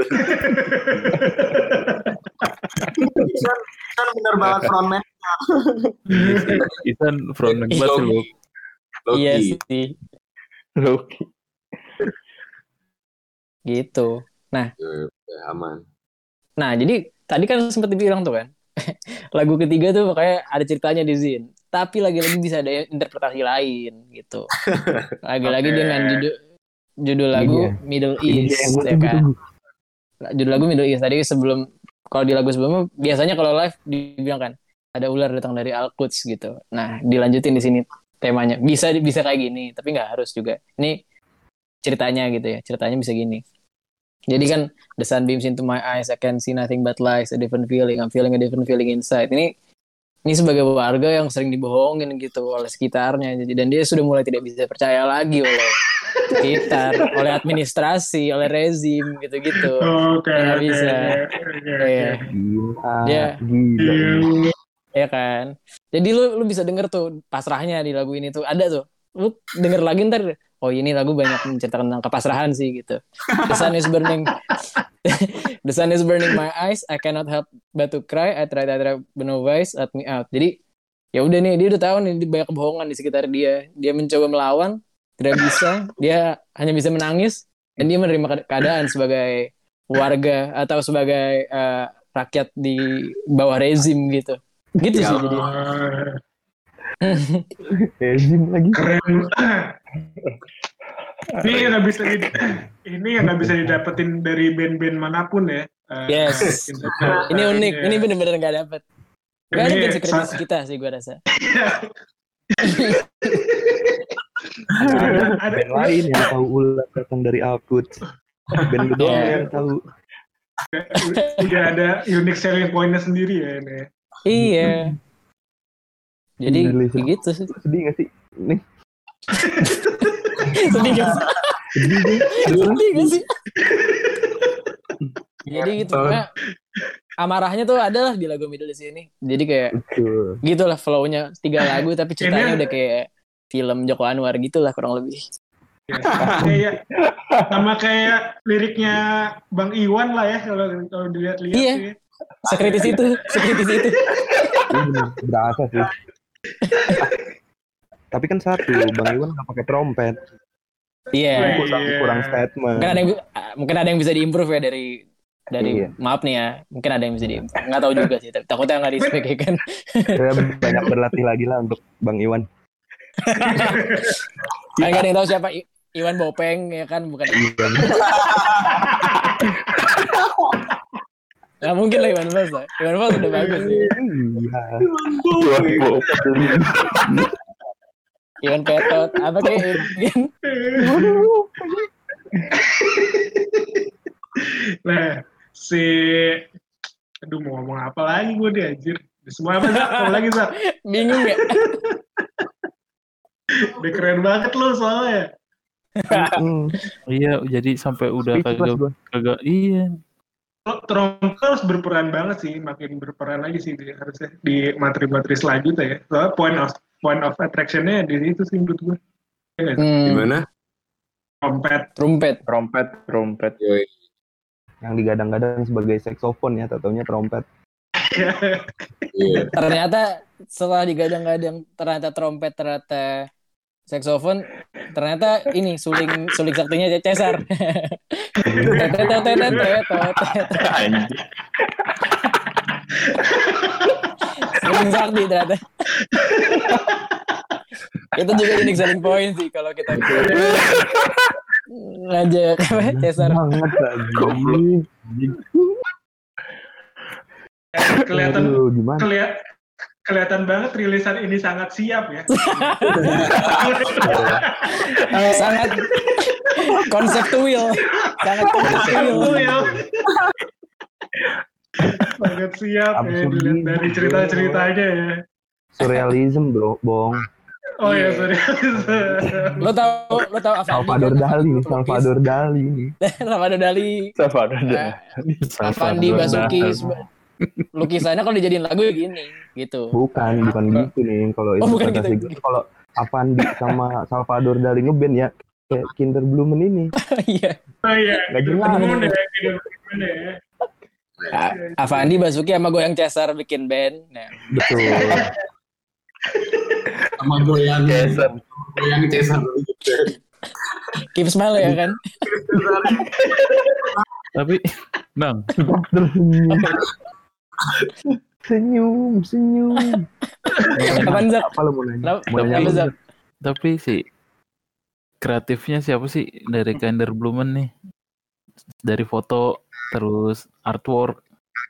Iksan, Iksan bener banget frontman. Iksan frontman banget lu. Iya sih. Lucky. Gitu. Nah, ya, aman. Nah, jadi tadi kan sempat dibilang tuh kan, lagu ketiga tuh kayak ada ceritanya di Zin, tapi lagi-lagi bisa ada interpretasi lain gitu. Lagi-lagi okay. dengan judul judul lagu yeah. Middle East, yeah, ya kan. Judul lagu Middle East tadi sebelum kalau di lagu sebelumnya biasanya kalau live dibilang kan ada ular datang dari Al-Quds gitu. Nah, dilanjutin di sini temanya. Bisa bisa kayak gini, tapi nggak harus juga. Ini ceritanya gitu ya, ceritanya bisa gini. Jadi kan the sun beams into my eyes, I can see nothing but lies, a different feeling, I'm feeling a different feeling inside. Ini ini sebagai warga yang sering dibohongin gitu oleh sekitarnya, jadi dan dia sudah mulai tidak bisa percaya lagi oleh sekitar, oleh administrasi, oleh rezim gitu-gitu. Oke. Okay, nggak okay, bisa. Okay, ya. Ya. Ya kan. Jadi lu lu bisa denger tuh pasrahnya di lagu ini tuh ada tuh. lu denger lagi ntar, oh ini lagu banyak menceritakan tentang kepasrahan sih gitu. The sun is burning, the sun is burning my eyes, I cannot help but to cry, I try, I try, but no voice let me out. Jadi ya udah nih, dia udah tahu nih banyak kebohongan di sekitar dia. Dia mencoba melawan, tidak bisa. Dia hanya bisa menangis dan dia menerima keadaan sebagai warga atau sebagai uh, rakyat di bawah rezim gitu. Gitu sih jadi. Rezim lagi. Keren. Ini yang nggak bisa di, ini yang nggak bisa didapetin dari band-band manapun ya. Uh, yes. Ini unik. Ini benar-benar nggak dapet. Gak ada band sekritis kita sih gue rasa. Ada band lain yang tahu ulat datang dari Alkut. Band lu doang yang tahu. Udah ada unique selling point-nya sendiri ya ini. Iya. Jadi kayak gitu sih. Sedih gak sih? Nih. Sedih gak sih? Sedih gak sih? Jadi gitu. Nah, amarahnya tuh adalah di lagu Middle East ini. Jadi kayak gitu lah flow-nya. Tiga lagu tapi ceritanya udah kayak film Joko Anwar gitu lah kurang lebih. Kayak sama kayak liriknya Bang Iwan lah ya kalau kalau dilihat-lihat. Iya. Sih. Sekritis itu, sekritis itu. Berasa sih. Tapi kan satu, Bang Iwan nggak pakai trompet. Iya. Kurang, kurang statement. Mungkin ada yang mungkin ada yang bisa diimprove ya dari dari iya. Maaf nih ya, mungkin ada yang bisa diimprove. Nggak tahu juga sih, tapi takutnya nggak di-spek ya kan. Ya, banyak berlatih lagi lah untuk Bang Iwan. Nggak ada yang tahu siapa I- Iwan Bopeng ya kan, bukan Iwan. Nggak mungkin lah Iwan Fals lah. Iwan Fals udah bagus sih. Iya. Iwan Petot, apa kayak Nah, si aduh mau ngomong apa lagi gue deh anjir. Semua apa Zak? Apa lagi Zak? Bingung gak? Udah keren banget lo soalnya. Iya, jadi sampai udah kagak kagak iya. Trompet harus berperan banget sih, makin berperan lagi sih dia harusnya di materi-materi selanjutnya ya. Soalnya point of point of attraction-nya di situ sih menurut gue. Ya, hmm. Gimana? Trompet, trompet, trompet, trompet. Yoi. Yang digadang-gadang sebagai saksofon ya, taunya trompet. Yeah. Ternyata setelah digadang-gadang ternyata trompet, ternyata saksofon, ternyata ini suling suling saktinya Cesar. Suling sakti ternyata. Itu juga unique selling point sih kalau kita ngajak Cesar. Banget lagi. Kelihatan kelihatan kelihatan banget rilisan ini sangat siap ya. Sangat konseptual, sangat konseptual. Sangat siap ya dilihat dari cerita-ceritanya ya. Surrealism bro, bong. Oh ya surrealism. Lo tau, lo tau apa? Salvador Dali, Salvador Dali ini. Salvador Dali. Salvador Dali. Avandi Basuki. Lukisannya kalau dijadiin lagu ya gini gitu. Bukan, bukan gitu nih. Kalau oh, bukan gitu. gitu. Kalau Avandi sama Salvador Dali ngeband ya kayak Kinder Blumen ini. Iya. Oh iya. Gak jelas. Ya. Avandi Basuki sama Goyang Cesar bikin band. Nah. Betul. Sama Goyang Cesar. Goyang Cesar. Keep smile ya kan. Tapi Bang, senyum, senyum. Apaan Zak? Apa lo mau nanya? Mau nanya Zak? Tapi sih kreatifnya siapa sih dari Kinder Blumen nih? Dari foto terus artwork.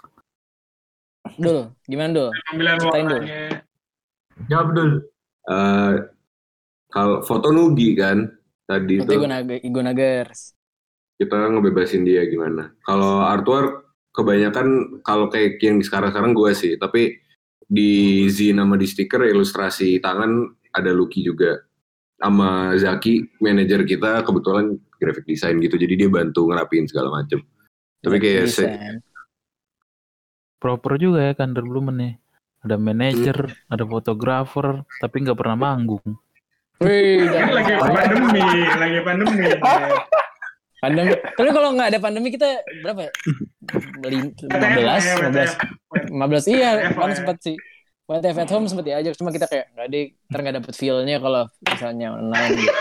Dul, gimana Dul? Pemilihan warnanya. Jawab Dul. Uh, kalau foto Nugi kan tadi foto itu. Igo Nagers. Kita ngebebasin dia gimana. Kalau artwork kebanyakan kalau kayak yang sekarang-sekarang gue sih, tapi di zine sama di stiker ilustrasi tangan ada Lucky juga. Sama Zaki, manajer kita kebetulan graphic design gitu, jadi dia bantu ngerapiin segala macem. Tapi kayak se- proper juga ya Kinder Blumen nih. Ada manajer, hmm. ada fotografer, tapi nggak pernah manggung. Wih, Kan lagi pandemi, lagi pandemi. Pandemi. Tapi kalau nggak ada pandemi kita berapa ya? lima belas, lima belas, lima belas iya, kan sempat sih. W T F at home sempat diajak, cuma kita kayak nggak deh, ntar nggak dapet feel-nya kalau misalnya online gitu.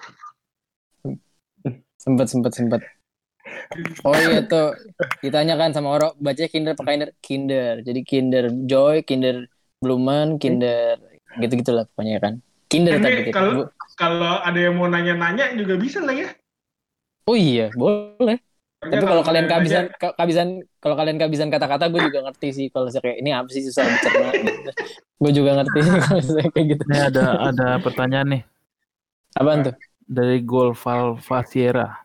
Sempet, sempet, sempet. Oh iya tuh, ditanya kan sama Oro, baca Kinder apa Kinder? Kinder. Jadi Kinder Joy, Kinder Blumen, Kinder gitu-gitulah pokoknya kan. Kinder tapi Tapi kalau kalau ada yang mau nanya-nanya juga bisa lah ya. Oh iya, boleh. Pokoknya Tapi kalau kalian nanya, kehabisan kehabisan kalau kalian kehabisan kata-kata, gue juga ngerti sih kalau saya kayak ini apa sih susah dicerna gitu. Gue juga ngerti sih kalau saya kayak gitu. Ini ada ada pertanyaan nih Apaan tuh? dari Golfal Fasiera.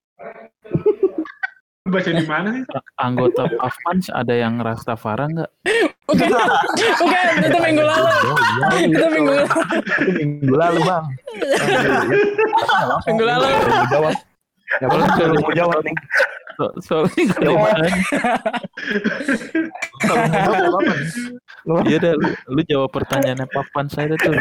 baca di mana sih? Anggota Pavans ada yang Rastafara nggak? Bukan, bukan, itu minggu lalu. Itu minggu lalu. Itu minggu lalu bang. Minggu lalu. Mau jawab. Ya boleh kalau mau jawab nih. So, soalnya nggak ada pertanyaan. Kalau mau jawab apa? Iya dah, lu, lu jawab pertanyaannya Pavans saya tuh.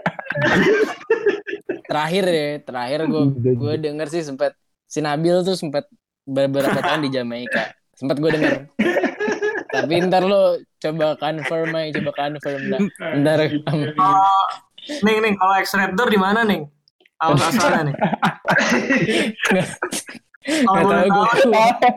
Terakhir ya, terakhir gue gue denger sih sempat si Nabil tuh sempat beberapa tahun di Jamaika. Sempat gue denger. Tapi ntar lo coba confirm aja, coba confirm dah. Ntar Oh, Ning, Ning, kalau X-Raptor di mana, Ning? Awas asalnya nih. Gak tau gue cool.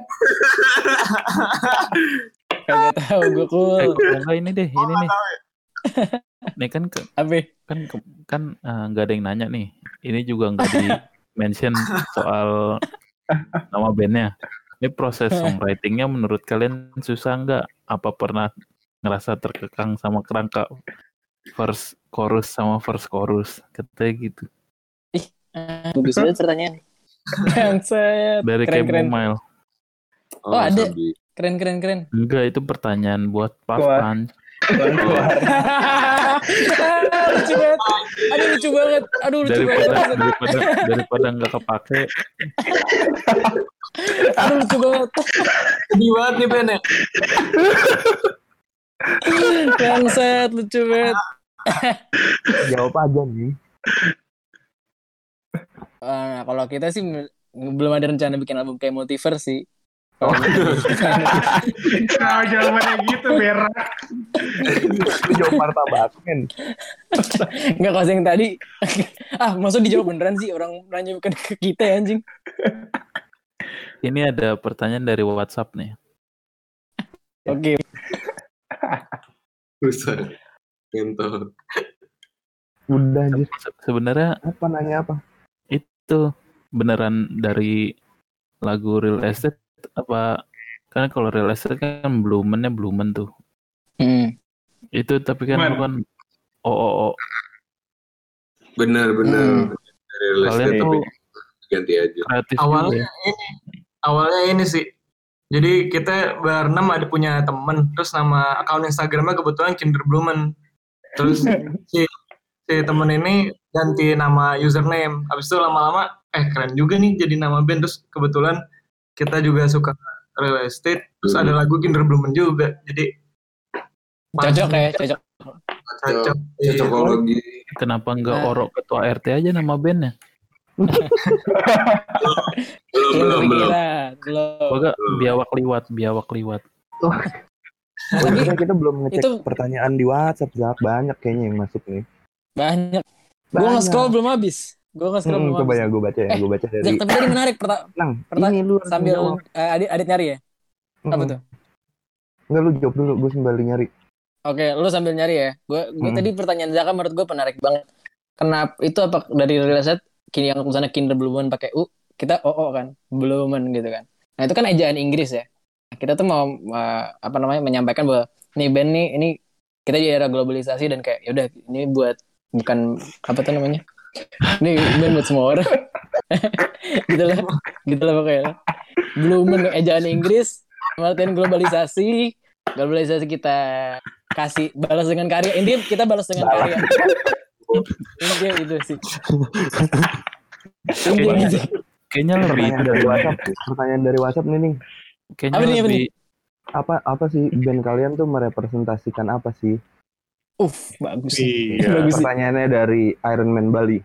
Gak tau gue cool. Eh, enggak ini deh, ini nih. Nih kan ke, Apa? kan kan nggak uh, ada yang nanya nih. Ini juga nggak di mention soal nama bandnya. Ini proses songwritingnya menurut kalian susah nggak? Apa pernah ngerasa terkekang sama kerangka verse chorus sama verse chorus? Katanya gitu. Ih, bagus banget pertanyaan. Bangsat. Dari Keren-keren. Kemomile. Oh, ada. Keren-keren keren. Enggak, itu pertanyaan buat Pavans. Lucu banget. Aduh lucu banget. Aduh lucu daripada, banget. daripada daripada nggak kepake. Aduh lucu banget. Sedih banget nih Ben ya. Bangsat, lucu banget. Jawab aja nih. Nah, kalau kita sih belum ada rencana bikin album kayak Multiverse sih. Oh, nah, jawabannya gitu berak. Itu jawab martabak men. Enggak kalau yang tadi. Ah, maksud dijawab beneran sih orang nanya bukan ke kita ya anjing. Ini ada pertanyaan dari WhatsApp nih. Oke. Susah. Ngentol. Udah anjir. Se- Sebenarnya Apa nanya apa? itu beneran dari lagu Real Estate apa? Kan kalau Real Estate kan Blumennya Blumen tuh. Hmm. Itu tapi kan Man. bukan oh oh oh. Benar-benar. Hmm. Dari real Kalian estate tuh tapi ganti aja. kreatif Awalnya juga. ini, awalnya ini sih. Jadi kita berenam ada punya temen, terus nama akun Instagramnya kebetulan Kinder Blumen. Terus si si temen ini ganti nama username. Habis itu lama-lama eh keren juga nih jadi nama band. Terus kebetulan kita juga suka real estate. Terus ada lagu Kinder Blumen juga. Jadi Cocok ya, cocok. cocok. Cocokologi. Kenapa nggak Nah. Orok Ketua R T aja nama bandnya? Belum, belum, belum. Belum. Pokoknya biawak liwat, biawak liwat. Tapi kita belum ngecek itu- pertanyaan di WhatsApp, Zak. Banyak kayaknya yang masuk nih. Banyak. Gue Banyak. nge-scroll belum habis. Gue nge-scroll Hmm, belum coba habis. ya gue baca ya, Eh, gue baca dari. Jack, tapi tadi menarik perta- Nang, perta- ini lu harus sambil menjawab. eh, adit adit nyari ya. Apa Mm-mm. tuh? Enggak, lu jawab dulu, gue sembari nyari. Oke, lu sambil nyari ya. Gue gue Hmm. tadi pertanyaan Zaka menurut gue menarik banget. Kenapa itu apa dari real estate kini yang misalnya Kinder Blumen pakai U, kita O O kan, Blumen gitu kan. Nah, itu kan ejaan Inggris ya. Kita tuh mau uh, apa namanya menyampaikan bahwa nih band nih ini kita di era globalisasi dan kayak yaudah ini buat bukan apa tuh namanya? Ini band buat semua orang. gitu lah. Gitu lah pokoknya. Blumen ejaan Inggris, pengertian globalisasi. Globalisasi kita kasih balas dengan karya. Intinya kita balas dengan karya. Intinya itu sih. Intinya gitu. Kayaknya lebih Pertanyaan dari WhatsApp, pertanyaan dari WhatsApp nih, nih. kayaknya Apa nih, apa lebih Apa apa sih band kalian tuh merepresentasikan apa sih? Uff, bagus. Iya. Bagus sih. Pertanyaannya dari Iron Man Bali.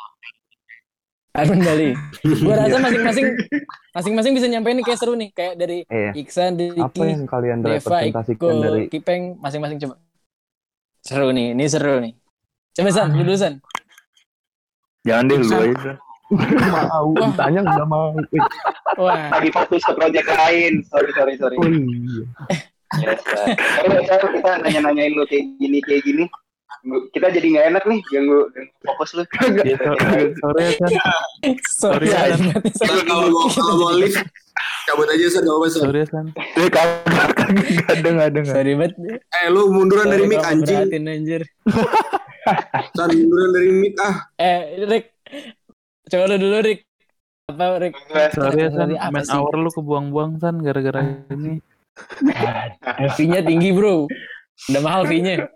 Iron Bali. Gue rasa masing-masing masing-masing bisa nyampein nih kayak seru nih. Kayak dari Iya. Iksan, Apa Ricky, yang kalian Deva, representasikan Iko, dari Kipeng, masing-masing coba. Seru nih, ini seru nih. Coba San, lu dulu San. Jangan deh lu aja. mau ditanya nggak mau. Wih. Wah, Lagi fokus ke project lain. Sorry, sorry, sorry. Oh iya. Yes, Pak. Sorry, sorry, kita nanya-nanyain lu kayak gini, kayak gini. Kita jadi nggak enak nih, ganggu, ganggu fokus lu. Ya, so- sorry ya San. sorry Sorry, San. Ntar kalau mau kalau mau lift cabut aja San, gak apa-apa San. Sorry ya San. Eh kagak kagak ada nggak ada nggak. Sorry banget. Eh lu munduran dari Sorry mic kalau anjing. ngeratin, anjir. San munduran dari mic ah. Eh, Rick. Coba lu dulu, Rick. Apa, Rick? Sorry ya San. Sorry, apa Man sih? hour lu kebuang-buang San gara-gara ini. Fee-nya tinggi, bro. Udah mahal fee-nya.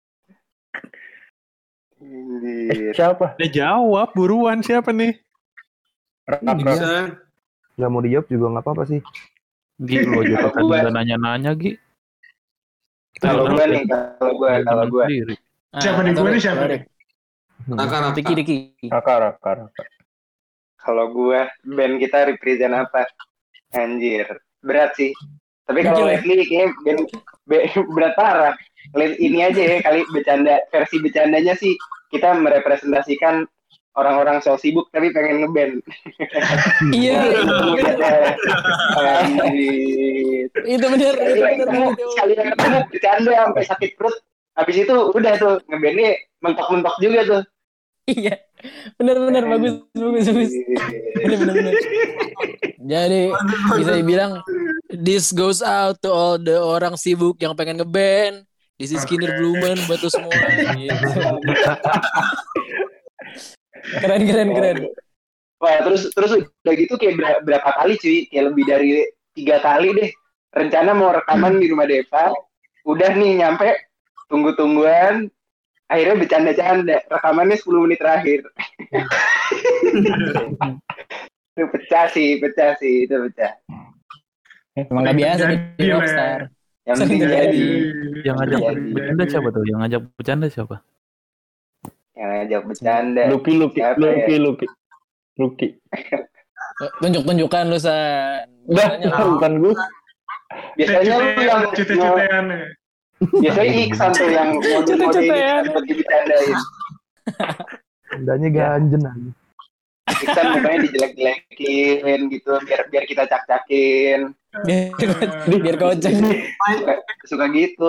Anjir. Siapa? Ya jawab buruan siapa nih? Bisa. Nggak mau dijawab juga nggak apa-apa sih. Gi, lu aja Kalau tadi gua- udah nanya-nanya Gi. Kalau gue nih, kalau gue, kalau gue. Sendiri. Ah, Siapa nih? atau Gue nih Rick, siapa atau nih? Rick. Raka Raka. Ricky, Ricky. Raka, Raka, Raka. Kalau gue, band kita represent apa? Anjir, berat sih. Tapi kalau Gila. lately kayaknya band, be- berat parah. Let- Ini aja ya kali bercanda, versi bercandanya sih kita merepresentasikan orang-orang so sibuk tapi pengen ngeband. Iya, Anjir. itu bener. Itu Sekali bener ketemu, banget. sekali ketemu bercanda sampai sakit perut. Habis itu udah tuh ngebandnya mentok-mentok juga tuh. Iya, bener-bener bagus, bagus, bagus. Bener, bener, bener. Jadi bisa dibilang this goes out to all the orang sibuk yang pengen ngeband. This is Kinder Blumen buat lo semua. Gitu. Keren, keren, keren. Wah, terus terus udah gitu kayak ber- berapa kali cuy, kayak lebih dari tiga kali deh. Rencana mau rekaman di rumah Deva, udah nih nyampe tunggu-tungguan, akhirnya bercanda-canda, rekamannya sepuluh menit terakhir. Itu pecah sih, pecah sih, itu pecah. Emang gak biasa Jadi di lah. rockstar. Yang Sering penting terjadi. jadi, Yang ngajak Jadi. bercanda siapa tuh? Yang ngajak bercanda siapa? yang ngajak bercanda. Luki, Luki, Siapa Luki, ya? Luki. Luki. Tunjuk-tunjukan lu, San. Udah, Biasanya bukan gue. Biasanya lu yang Cute-cutean ya. biasanya Iksan tuh yang mau Cute-cutean. buat dibercandain. Tandanya ganjen aja. Iksan mukanya dijelek-jelekin gitu biar biar kita cak-cakin. biar, biar kocak. Suka, suka gitu.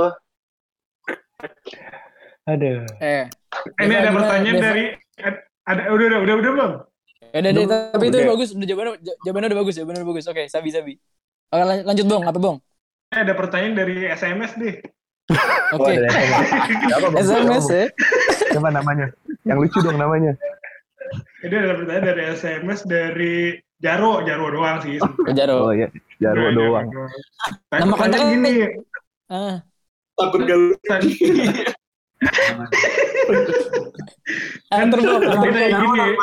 Aduh. Eh, Ini Deva, ada gimana, pertanyaan Deva? dari ada udah udah udah udah belum? Ya udah deh, tapi itu Udah. bagus, udah jawabannya jawabannya udah bagus, jawabannya udah bagus. Oke, sabi sabi. Oke, lan- lanjut Bong, apa Bong? Ini ada pertanyaan dari S M S deh. Oke. Oh, ada S M S. Siapa, Bang? S M S ya. Siapa namanya? Yang lucu dong namanya. Ini ada pertanyaan dari S M S dari Jaro, Jaro doang sih. Jaro. Oh iya, Jarwo doang. Tapi Nama pertanyaan kontaknya gini, Ah, Takut galau. antar Bong. Dia antar kayak Bong. gini.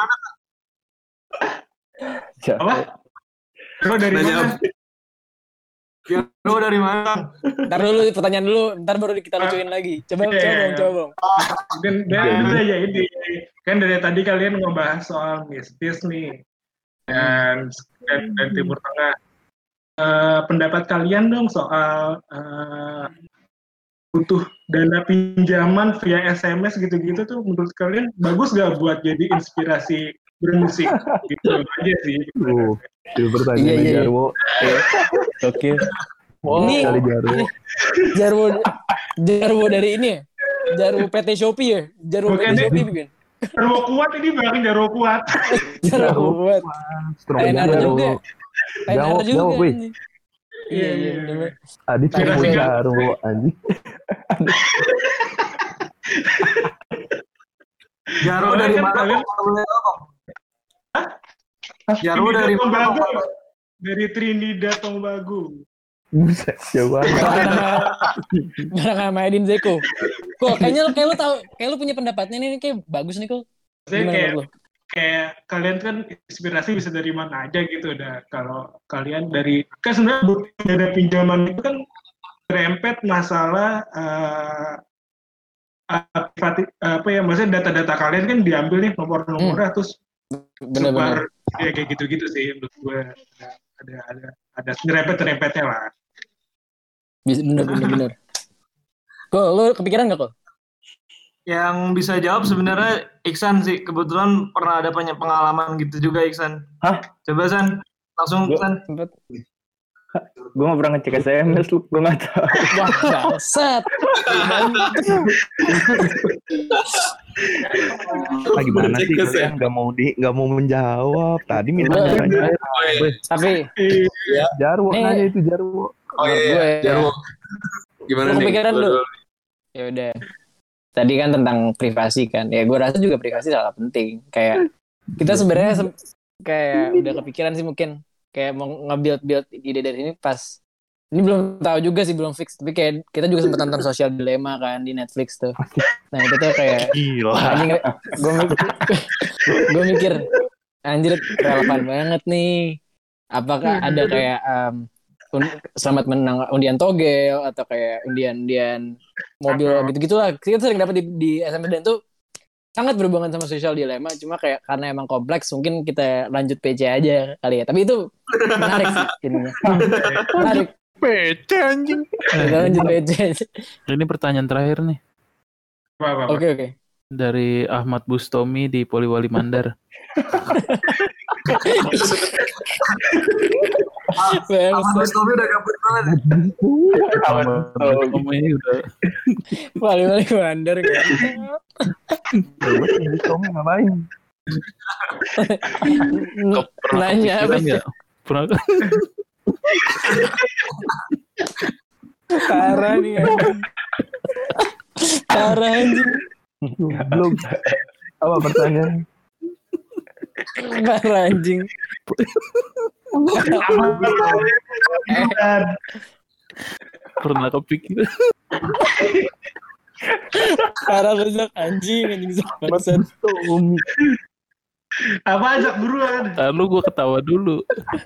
Siapa? Apa? Lo dari Nanya mana? apa? Lu dari mana? Ntar dulu pertanyaan dulu, ntar baru kita lucuin lagi. Coba Oke. coba Bong, coba Bong. Dan dan udah ya ini kan dari tadi kalian ngebahas soal mistis nih dan dan, dan Timur Tengah. Eh, pendapat kalian dong soal eh, butuh dana pinjaman via S M S gitu-gitu tuh menurut kalian bagus gak buat jadi inspirasi bermusik gitu aja sih. Uh, itu pertanyaan Iya, iya, iya. Jarwo. Oke. Wow, Ini- kali Jarwo. Jarwo Jarwo dari ini ya? Jarwo P T Shopee ya? Jarwo P Bukan T deh. Shopee bukan? Jaro kuat ini bang, Jaro kuat. Jarwo buat. Strong Tenar Jarwo. juga. Tenar Jawab, juga. jawab, wih. anjing. Iya, iya, bener. Adit Kira- Cimo kira- Jarwo anjing. Jarwo Soalnya dari kan mana? kalian- Bang? Boleh tahu, Bang? Jarwo Trinidad dari mana? Tobago. Bang? Dari Trinidad Tobago. Buset, jauh banget. Gara-gara sama Edin Zeko. Kok kayaknya lu kayak lu tahu, kayak lu punya pendapatnya nih kayak bagus nih kok. Maksudnya Gimana kayak menurut lu? kayak kalian kan inspirasi bisa dari mana aja gitu udah kalau kalian dari kan sebenarnya butuh dana pinjaman itu kan terempet masalah eh, uh, privati, apa ya, maksudnya data-data kalian kan diambil nih nomor-nomornya hmm. terus benar-benar ya kayak gitu-gitu sih menurut gue ada ada ada, ada nyerempet-nyerempetnya lah. Bener-bener. Kok lo kepikiran nggak kok? Yang bisa jawab sebenarnya Iksan sih, kebetulan pernah ada banyak pengalaman gitu juga Iksan. Hah? Coba San, langsung Iksan. Gue gak pernah ngecek S M S lu, gue gak tau. Wah, bangsat. Ah, gimana sih kalian gak mau di gak mau menjawab? Tadi minta nanya. Tapi ya. Jarwo nanya itu Jarwo. Oh iya, Jarwo. Gimana nih? Kepikiran lu? Ya udah. Tadi kan tentang privasi kan. Ya gue rasa juga privasi sangat penting. Kayak kita sebenarnya se- kayak udah kepikiran sih mungkin kayak mau nge-build-build ide dari ini pas ini belum tahu juga sih, belum fix, tapi kayak kita juga sempat nonton Social Dilemma kan di Netflix tuh. Nah itu tuh kayak anjing, gue mikir, gue mikir anjir relevan banget nih. Apakah ada kayak um, un- selamat menang undian togel atau kayak undian-undian mobil gitu-gitu lah. Kita sering dapat di, di S M P D tuh sangat berhubungan sama Social Dilemma, cuma kayak karena emang kompleks mungkin kita lanjut P C aja kali ya. Tapi itu menarik sih ininya. Menarik. P C anjing. Kita lanjut P C aja. Ini pertanyaan terakhir nih. Oke oke. Dari Ahmad Bustomi di Poliwali Mandar. Ahmad Bustomi udah gabut banget. Ahmad Bustomi udah. Poliwali Mandar kan. Bustomi ngapain? Nanya apa ya? Pernah kan? Parah nih ya. Parah anjing. Belum. Apa pertanyaan? Parah anjing. Pernah kepikiran. Parah banget anjing anjing bangsat. Apa aja buruan? Lalu gue ketawa dulu.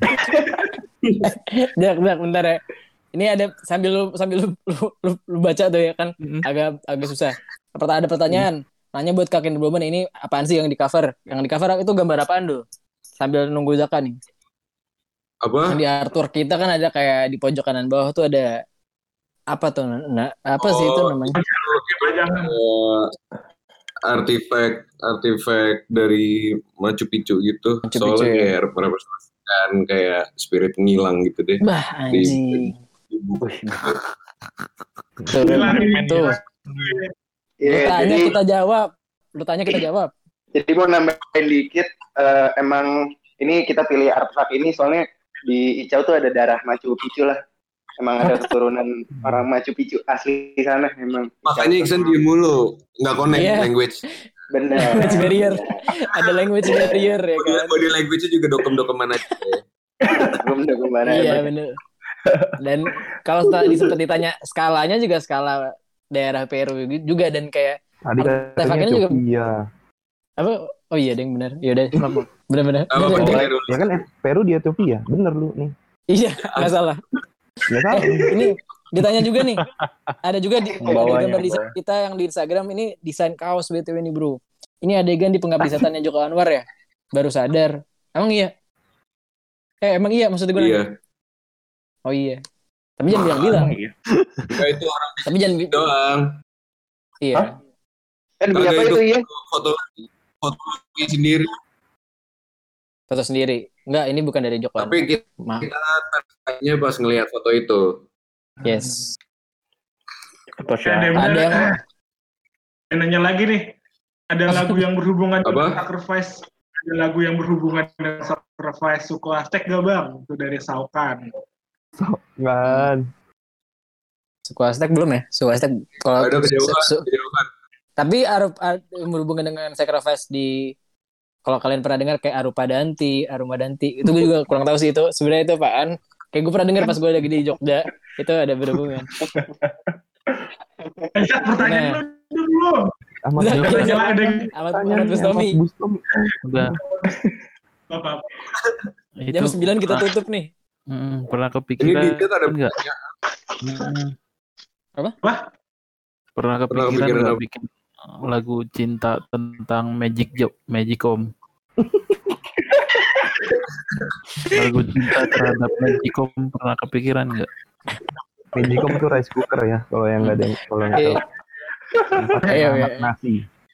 Jak, jak, bentar ya. Ini ada sambil lu sambil lu, lu, lu, lu baca tuh ya kan, mm-hmm. agak agak susah. Pertanyaan ada pertanyaan. Mm. Nanya buat Kak Kinder Blumen, ini apaan sih yang di cover? Yang di cover itu gambar apaan tuh? Sambil nunggu Zaka nih. Apa? Yang di artwork kita kan ada kayak di pojok kanan bawah tuh ada apa tuh? Nah, apa oh, sih itu namanya? Uh, artifak artifak dari Machu Picchu gitu. Machu Soalnya Picchu, kayak ya? Merepresentasikan kayak spirit ngilang gitu deh. Bah anjing. Tuh, tuh. Lu tanya kita jawab. Lu tanya kita jawab. Jadi mau nambahin dikit, uh, emang ini kita pilih artefak ini soalnya di Icau tuh ada darah Machu Picchu lah. Emang ada keturunan orang Machu Picchu asli sana emang. Makanya Iksan diem mulu, nggak connect yeah. language. Bener. Language barrier. Ada language barrier ya kan. Body language-nya juga dokem-dokeman aja. Dokem-dokeman aja. Iya bener. Dan kalau tadi sempat ditanya skalanya juga skala daerah Peru juga dan kayak tadi katanya juga iya. Apa? Oh iya deng benar. Ya udah benar-benar. Ya kan Peru di Ethiopia, bener lu nih. Iya, nggak salah. Ya kan? Eh, ini ditanya juga nih. Ada juga di ada gambar desain kita yang di Instagram ini desain kaos B T W nih, Bro. Ini adegan di pengabdisatannya Joko Anwar ya. Baru sadar. Emang iya? Eh emang iya maksud gue. Iya. Oh iya. Tapi jangan bilang-bilang. Iya. Ya itu orang tapi jangan doang. Iya. Kan berapa itu iya? Foto foto sendiri. Foto sendiri. Enggak, ini bukan dari Joko. Tapi kita, kita terkait pas ngelihat foto itu. Yes. Ada, ada yang nanya lagi nih. Ada lagu yang berhubungan dengan sacrifice. Ada lagu yang berhubungan dengan sacrifice suku Aztec gak bang? Itu dari Saukan. Saukan. Suku Aztec belum ya? Suku Aztec kalau ada kejauhan, su- kejauhan. Tapi arup, arup, berhubungan dengan sacrifice di kalau kalian pernah dengar kayak Arupa Danti, Aruma Danti, itu gue juga kurang tahu sih itu. Sebenarnya itu apaan? Kayak gue pernah dengar pas gue lagi di Jogja, itu ada berhubungan. Pertanyaan dulu. Ahmad Ahmad Bustomi. Udah. Apa? Jam sembilan kita tutup nih. Hmm, pernah kepikiran ini dikit ada enggak? Hmm. Apa? Wah? Pernah kepikiran enggak bikin lagu cinta tentang Magic Job, Magicom. Lagu cinta terhadap Magicom pernah kepikiran nggak? Magicom tuh rice cooker ya, kalau yang nggak ada yang kalau nggak tahu. Tempat Iya, anak iya. nasi.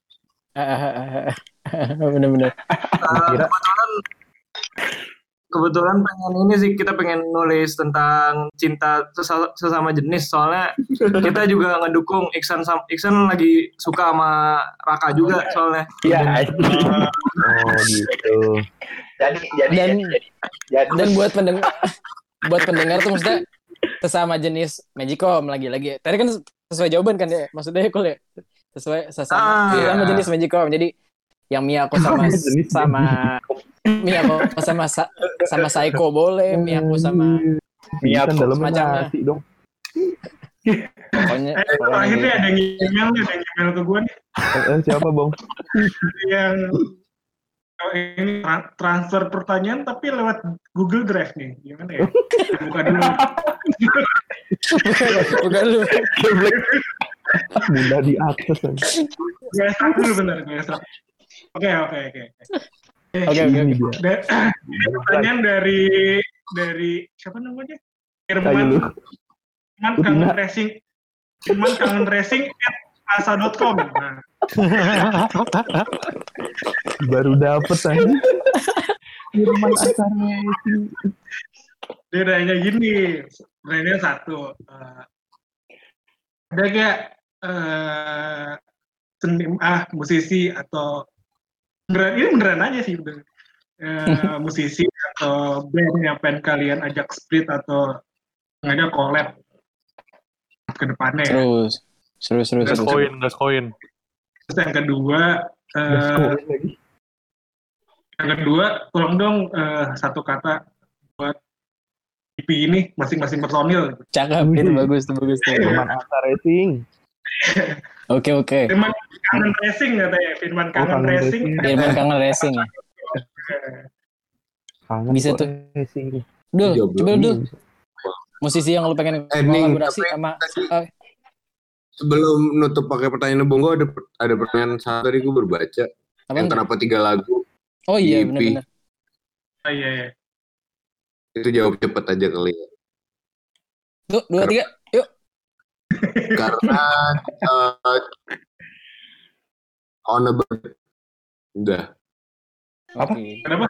Bener-bener. Uh, kebetulan kebetulan pengen ini sih, kita pengen nulis tentang cinta sesa- sesama jenis, soalnya kita juga ngedukung Iksan sam- Iksan lagi suka sama Raka juga soalnya. Iya. Oh gitu. Jadi jadi Dan jadi, jadi. dan buat pendengar buat pendengar tuh maksudnya sesama jenis Magicom lagi-lagi. Tadi kan sesuai jawaban kan ya, maksudnya kul ya. Sesuai sesama, Ah, sesama iya. jenis Magicom. Jadi yang Miyako sama sama Miyako sama sa- sama Saiko boleh, Miyako sama Iya, kan dalamnya semacamnya. nasi dong. pokoknya Eh, pokoknya terakhir gitu. nih ada yang email nih, ada yang email ke gue nih. Eh, eh, siapa bang? Yang oh, ini tra- transfer pertanyaan tapi lewat Google Drive nih. Gimana ya? Buka dulu. Bukan lu. Mudah diakses kan. Gue start dulu bener, gue start. Oke, oke, oke. Oke oke oke. Ini dia. Da- ini pertanyaan dari dari siapa namanya? Ayo lu. Irman Irman kangen racing Irman kangen racing at asa dot com. Nah, Baru dapet aja. Irman Asarnya itu. dia nanya gini, pertanyaan satu, eh, ada gak eh, seni ah musisi atau beneran ini beneran aja sih udah eh, musisi atau band yang pengen kalian ajak split atau ngajak collab ke depannya ya. Terus terus terus Gas terus. koin, gas koin. Terus yang kedua, eh, Gas koin lagi. yang kedua, tolong dong eh, satu kata buat I P ini masing-masing personil. Cakep, itu bagus tuh bagus tuh. Irman Asar Racing. Oke oke. Firman kangen racing katanya, Firman Oh, kangen kangen racing. racing. Irman kangen racing ya. Kangen Bisa kok tuh. Racing. Dul, Iya, coba Ini dul. bisa. Musisi yang lu pengen Eh, Ning, kolaborasi tapi sama tadi- eh, Sebelum nutup pakai pertanyaan Bongo, ada ada pertanyaan satu tadi gue berbaca. apa? Yang kenapa tiga lagu? Oh iya E P. benar-benar. Oh iya, iya. Itu jawab cepet aja kali ya. Tuh, dua tiga. Yuk. Karena uh, on a budget. Udah. Apa? Oke. Kenapa?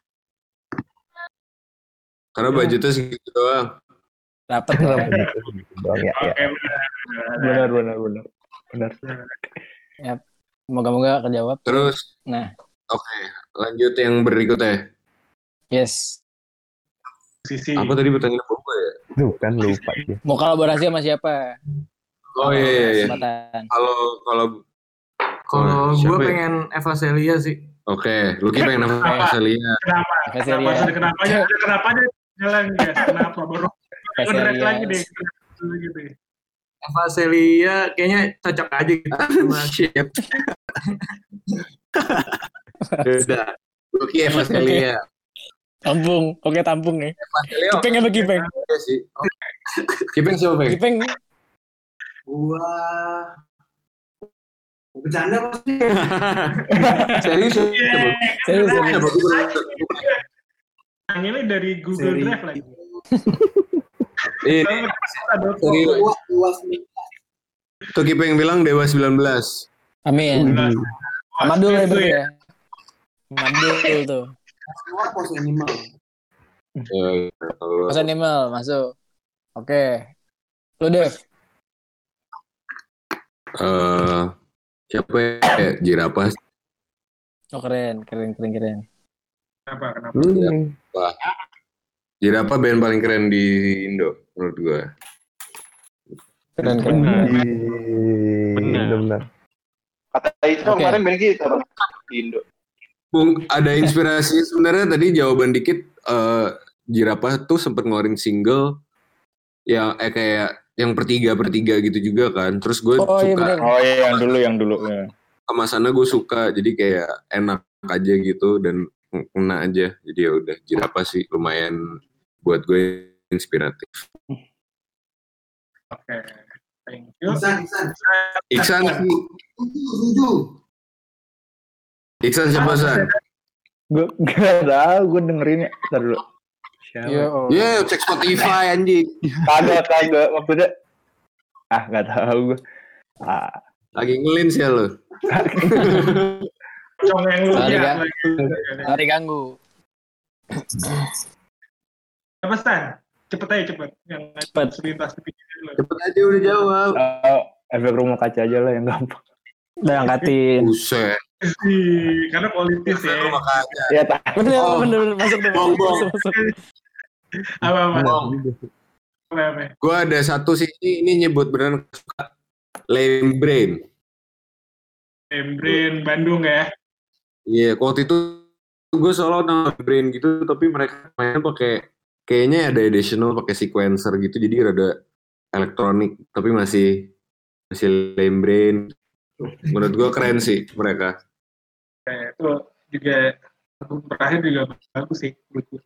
Karena budgetnya segitu doang. Dapat ya. Kenapa gitu? Bang, ya, ya. Oke, benar. Benar, benar, benar. Benar. Moga-moga kejawab. Terus, Nah, oke, lanjut yang berikutnya. yes. Musisi. Apa tadi pertanyaan Bongo ya? Tuh kan lupa dia. Mau kolaborasi sama siapa? Oh iya iya iya. Kesempatan. Kalau kalau Kalau Oh, gue siapa ya? pengen Eva Celia sih. Oke, Lucky pengen apa Celia? Kenapa? Kasih Kenapa? dia. Sudah kenapa aja? Sudah kenapa aja? Jalan guys. Kenapa? Baru Kasih nge-drag dia. lagi deh. Nge-drag lagi deh. Eva Celia kayaknya cocok aja gitu. sama Shit. Udah. Lucky Eva Celia. Tampung. Oke, tampung nih. Eva Celia. Kipeng apa Kipeng? Iya sih. Kipeng siapa, Peng? Kipeng. Gua bercanda pasti. Serius? ya? Serius, Coba. serius. Coba gue ber- Yang ini dari Google Seri. Drive lagi. Ini Serius. tuh Kipeng bilang Dewa sembilan belas. Amin. Wih, Amadul ya berarti ya. Amadul tuh. Pos animal. Ya, kalau Mas Animal masuk. Oke. Lu Dev. eh siapa ya? Jirapah. Oh keren, keren, keren, keren. Kenapa? Kenapa? hmm. Jirapah band paling keren di Indo menurut gua. Keren, keren. Benar. Ih, Benar. benar. Kata itu Oke. kemarin band kita Bang, di Indo. Bung, ada inspirasi sebenarnya tadi jawaban dikit. eh Jirapah tuh sempet ngeluarin single yang eh kayak yang pertiga pertiga gitu juga kan. Terus gue Oh iya suka benar. Oh iya, yang dulu, yang dulu. Ya. kemasannya gue suka, jadi kayak enak aja gitu dan kena aja. Jadi ya udah Jirapah sih lumayan buat gue inspiratif. Oke. Thank you. Iksan, Iksan. Iksan sih Iksan siapa San? Gue gak tahu, gue dengerinnya. Ntar dulu. Siapa? Iya, oh. Ya, yeah, cek Spotify anjing. Kagak, kagak. Maksudnya, ah gak tahu gue. Ah. Lagi ngelins ya lo. Cong yang lu Sorry, ya. Kak. Sorry ganggu. Apa Stan? Cepet aja cepet. Yang Cepet. selintas di pikiran lu. Cepet aja udah jawab. Uh, efek rumah kaca aja lah yang gampang. Udah angkatin. Buset. Sih, karena politis ya. Rumah kaca. Ya tak. Bener, Oh. bener, bener. Masuk deh. Bong, bong. Masuk, masuk. Apa-apa? Bong. Apa-apa? Gue ada satu sih ini, ini nyebut beneran suka lame brain. Embrin Bandung ya. Iya, yeah, waktu itu gue solo nama brain gitu, tapi mereka main pakai kayaknya ada additional pakai sequencer gitu, jadi rada elektronik, tapi masih masih lame brain. Menurut gue keren sih mereka. Kayak itu juga terakhir juga bagus sih menurut gue.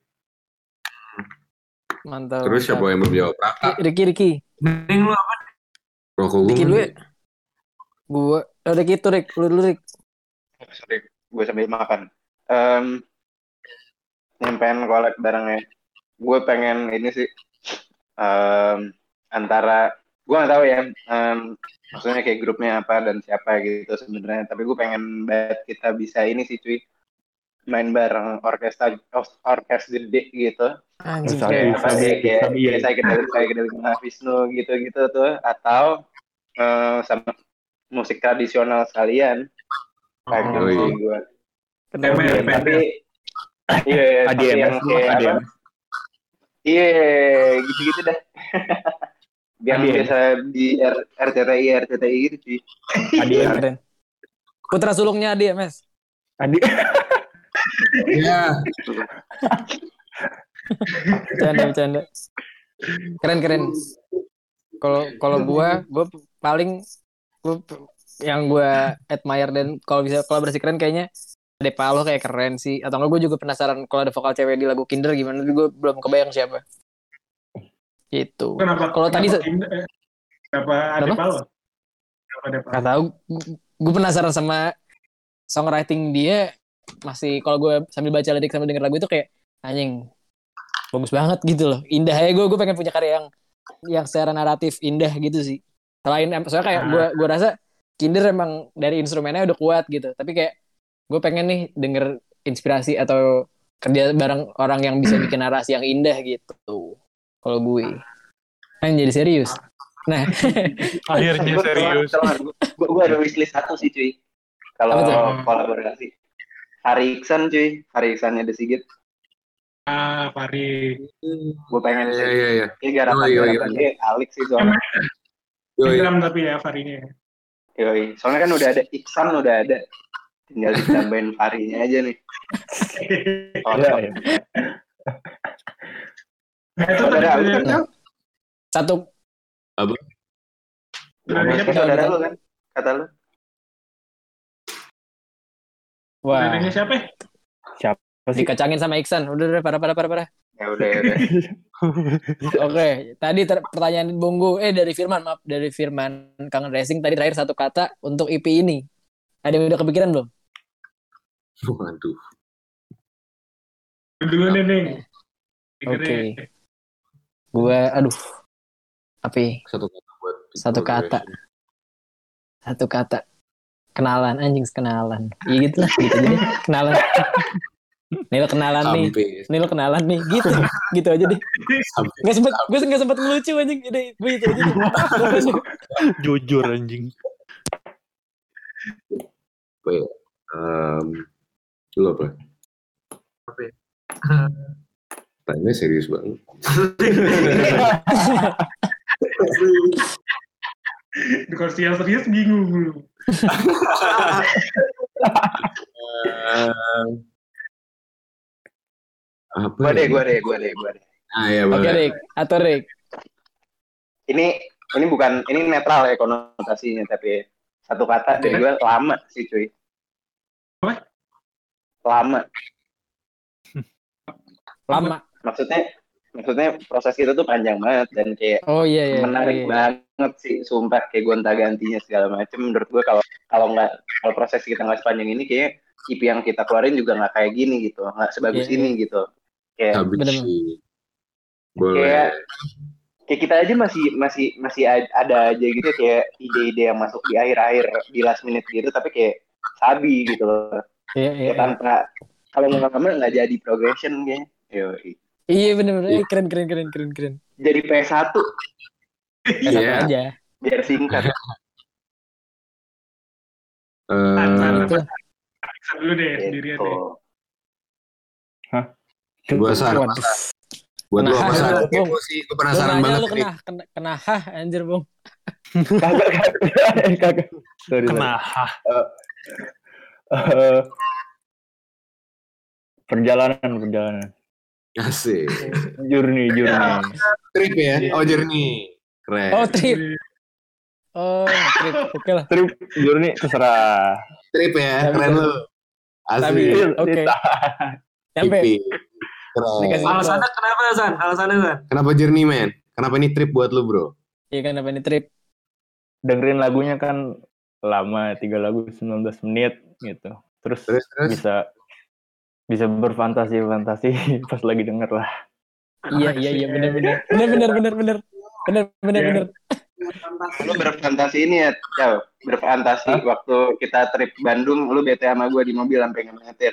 Mantap. Terus siapa yang mau jawab? Raka. Riki, Riki. Mending lu apa? Rokok gue. Riki dulu ya. Gue, oh, Riki itu Rik, lu dulu Rik. Sorry, gue sambil makan. Um, yang pengen collab barengnya. Gue pengen ini sih. Um, antara, gue nggak tahu ya. Um, maksudnya kayak grupnya apa dan siapa gitu sebenarnya. Tapi gue pengen banget kita bisa ini sih cuy. Main bareng orkestra orkes gede gitu. Anjing. Sabi, Kayak apa sabi, sih kayak sabi, ya. kayak saya kenal saya kenal Mahavisnu gitu-gitu tuh, atau uh, sama musik tradisional sekalian. Kayak Oh, gitu iya. sih gue. Kenapa ya? Tapi iya, tapi A D M, yang kayak A D M. apa? Iya, gitu-gitu dah. Yang A D M. biasa di R- RCTI, RCTI gitu sih. Adi, Keren. Putra sulungnya Adi, Mas. Adi. Iya. Bercanda, bercanda. Keren, keren. Kalau kalau gua, gua paling gua yang gua admire dan kalau bisa kolaborasi keren kayaknya Ade Palo kayak keren sih. Atau enggak, gue juga penasaran kalau ada vokal cewek di lagu Kinder gimana. Tapi gue belum kebayang siapa. Gitu. Kenapa? Kalau tadi kenapa se- Kinder, eh, kenapa ada Kenapa? Palo? Kenapa ada Palo? nggak tahu. Gue penasaran sama songwriting dia. Masih kalau gue sambil baca lirik sambil denger lagu itu kayak anjing bagus banget gitu loh. Indah ya, gue gue pengen punya karya yang yang secara naratif indah gitu sih. Selain soalnya kayak gue gue rasa Kinder emang dari instrumennya udah kuat gitu. Tapi kayak gue pengen nih denger inspirasi atau kerja bareng orang yang bisa bikin narasi yang indah gitu. Kalau gue, kan jadi serius. Nah, Akhirnya serius. Gue gue ada wishlist satu sih cuy. Kalau Apa tuh? kolaborasi. Hari Iksan cuy, Hari Iksannya The Sigit. Ah, Fari. Gue pengen Iya, iya, iya. ini garapan Oh, iya, iya. garapan dia Alik sih soalnya. Yoi. Instagram tapi ya Farinya. Yoi. Soalnya kan udah ada Iksan udah ada. Tinggal ditambahin Farinya aja nih. Oh, Iya, iya. Nah, itu Saudara tadi lu kan? Nah. satu Apa? saudaranya Namanya siapa? saudara lu kan? Kata lu. wah Saudaranya siapa? Apa sih? dikacangin sama Iksan. Udah udah parah parah parah parah. Ya udah ya udah. Oke, tadi ter- pertanyaan Bunggu eh dari Firman maaf dari Firman Kangen Racing tadi terakhir satu kata untuk E P ini. Ada yang udah kepikiran belum? Waduh. Dulu nih, Ning. Oke. Gua aduh. Apa? ya? Satu kata buat Satu kata. Satu kata. Kenalan anjing kenalan. Iya gitu lah, gitu aja deh. Kenalan. Nih lo kenalan nih. Sampai. Nih lo kenalan nih. Gitu. Gitu aja deh. Sampai. Gak sempet, gue gak sempet ngelucu anjing. Udah, gue itu aja deh. Jujur anjing. Apa ya? Um, lu apa? Apa ya? Tanya serius banget. Di kursi yang serius bingung dulu. Um, apa Gue ya? deh, gue deh, gue deh, gue deh. Ah ya Oke boleh. Rick, atau Rick. Ini ini bukan ini netral ya konotasinya, tapi satu kata dari gue lama sih cuy. Apa? Lama. Lama. Maksudnya maksudnya proses kita tuh panjang banget dan kayak Oh iya iya. menarik iya. banget banget sih, sumpah kayak gonta-gantinya segala macem. Menurut gue kalau kalau nggak kalau proses kita nggak sepanjang ini, kayak I P yang kita keluarin juga nggak kayak gini gitu, nggak sebagus Iya, ini iya. gitu. Kayak Habis Bener. sih. Boleh. kayak kayak kita aja masih masih masih a- ada aja gitu kayak ide-ide yang masuk di akhir-akhir di last minute gitu, tapi kayak sabi gitu loh. Iya, iya, Kayak iya. tanpa kalau nggak lama nggak jadi progression kayaknya. Yoi. Iya bener-bener. Eh, keren, keren, keren, keren, keren. Jadi P S satu Eh, satu Iya. aja. biar singkat. Eh, Itu. Periksa dulu deh sendirian deh. Gitu. gua San. Waduh. Buat lu apa Kena, San? Bung. Kepo sih, gue Lu penasaran nanya banget lu nih. kena, kena, kena hah anjir Bung. Kagak, kagak, kagak. Sorry, sorry. Kena. Eh, perjalanan, perjalanan. Asik. Journey, journey. Trip ya? Oh, journey. Keren. Oh trip. Oh trip. Oke lah. Trip, journey terserah. Trip ya, Tapi- keren lu. Tapi Asik. oke. Nyampe. Tipi. Keren. Dikasih- Alasannya kenapa San? Alasannya San? Kenapa journey, man? Kenapa ini trip buat lu, bro? Iya kan apa ini trip? Dengerin lagunya kan lama, tiga lagu sembilan belas menit gitu. Terus, Terus, terus? bisa bisa berfantasi-fantasi pas lagi denger lah. Iya iya iya benar benar. Benar benar benar benar. Benar benar Iya. benar. Lu berfantasi ini ya, Cow. Berfantasi waktu kita trip Bandung, lu bete sama gue di mobil sampai nggak nyetir.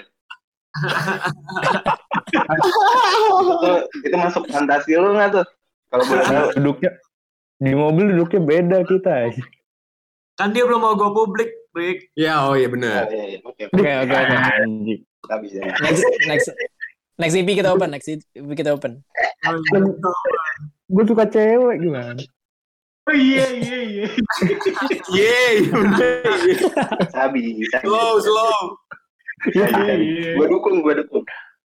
itu, itu masuk fantasi lu nggak tuh? Kalau boleh tahu. Duduknya di mobil duduknya beda kita. Kan dia belum mau go publik, Rick. Ya, oh iya Oh, benar. iya, iya. Oke, Oke oke oke. Anjing. kita bisa. Next next next E P kita open. Next E P kita open. Gue suka cewek gimana? Oh iya iya iya. Yeay, bener. Sabi, sabi. Slow, slow. Iya iya. Gue dukung, gue dukung.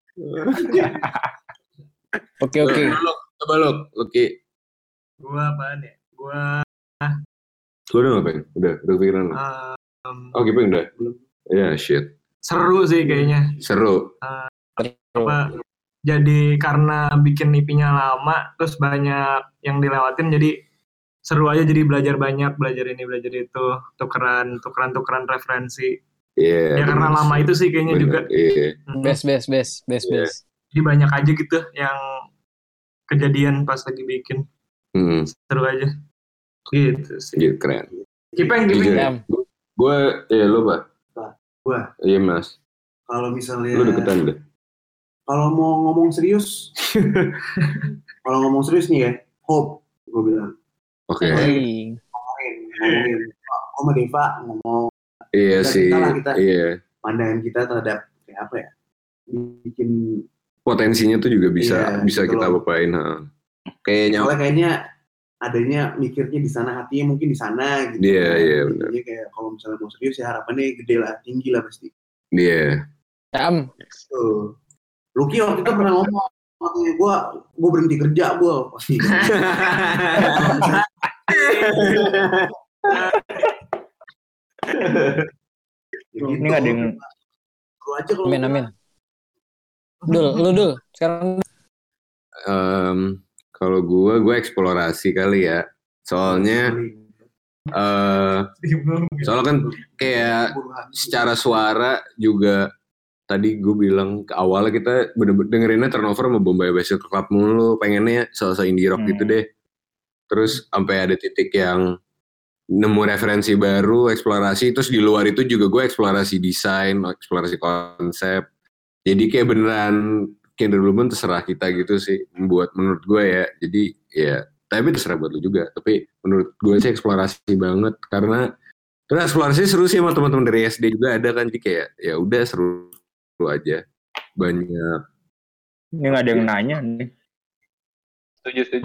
Oke oke. Lu, coba lu, Lucky. Gua apaan ya? Gua Lu udah ngapain? Udah, udah kepikiran lu? um, Oh, Gipeng udah? Ya, shit. seru sih kayaknya. Seru. Apa jadi karena bikin I P-nya lama terus banyak yang dilewatin jadi seru aja, jadi belajar banyak, belajar ini belajar itu, tukeran tukeran tukeran referensi. Iya. Ya karena bener lama sih. itu sih kayaknya Bener, juga. Iya. Best best best best Iya. best. Jadi banyak aja gitu yang kejadian pas lagi bikin, Hmm, seru aja. Gitu sih. gitu, keren. Kipeng, Jujur Kipeng. ya. Gue, ya lu, Pak. Gua. Iya, Mas. Kalau misalnya Lu deketan deh. kalau mau ngomong serius, kalau ngomong serius nih ya, hope gue bilang Oke. Hey. ngomongin, ngomongin. Gue sama Deva ngomong Iya Kita- sih. kita lah, kita. Iya. pandangan kita terhadap kayak apa ya, bikin Potensinya tuh juga bisa Iya, bisa gitu kita loh. apain. Ha. Kayaknya. soalnya kayaknya adanya mikirnya di sana, hatinya mungkin di sana gitu. Iya, kan. iya, benar. Jadinya kayak kalau misalnya mau serius ya harapannya gede lah, tinggi lah pasti. Iya. Am. Tuh. Lucky waktu itu pernah ngomong, makanya gue gue berhenti kerja gue pasti. Ini nggak ada yang Lu aja kalau Amin amin. Dul, lu dul. Sekarang Em, kalau gue, gue eksplorasi kali ya. Soalnya, eh soalnya kan kayak secara suara juga tadi gue bilang ke awalnya kita bener-bener dengerinnya turnover sama Bombay Bicycle Club mulu, pengennya sosok indie rock Hmm. gitu deh. Terus sampai ada titik yang nemu referensi baru, eksplorasi, terus di luar itu juga gue eksplorasi desain, eksplorasi konsep. Jadi kayak beneran Kinder Blumen terserah kita gitu sih, buat menurut gue ya. Jadi ya, tapi terserah buat lu juga. Tapi menurut gue sih eksplorasi banget karena terus eksplorasi seru sih sama teman-teman dari S D juga ada kan, jadi kayak ya udah seru, seru aja. Banyak. ini nggak ada yang nanya nih. Setuju, setuju.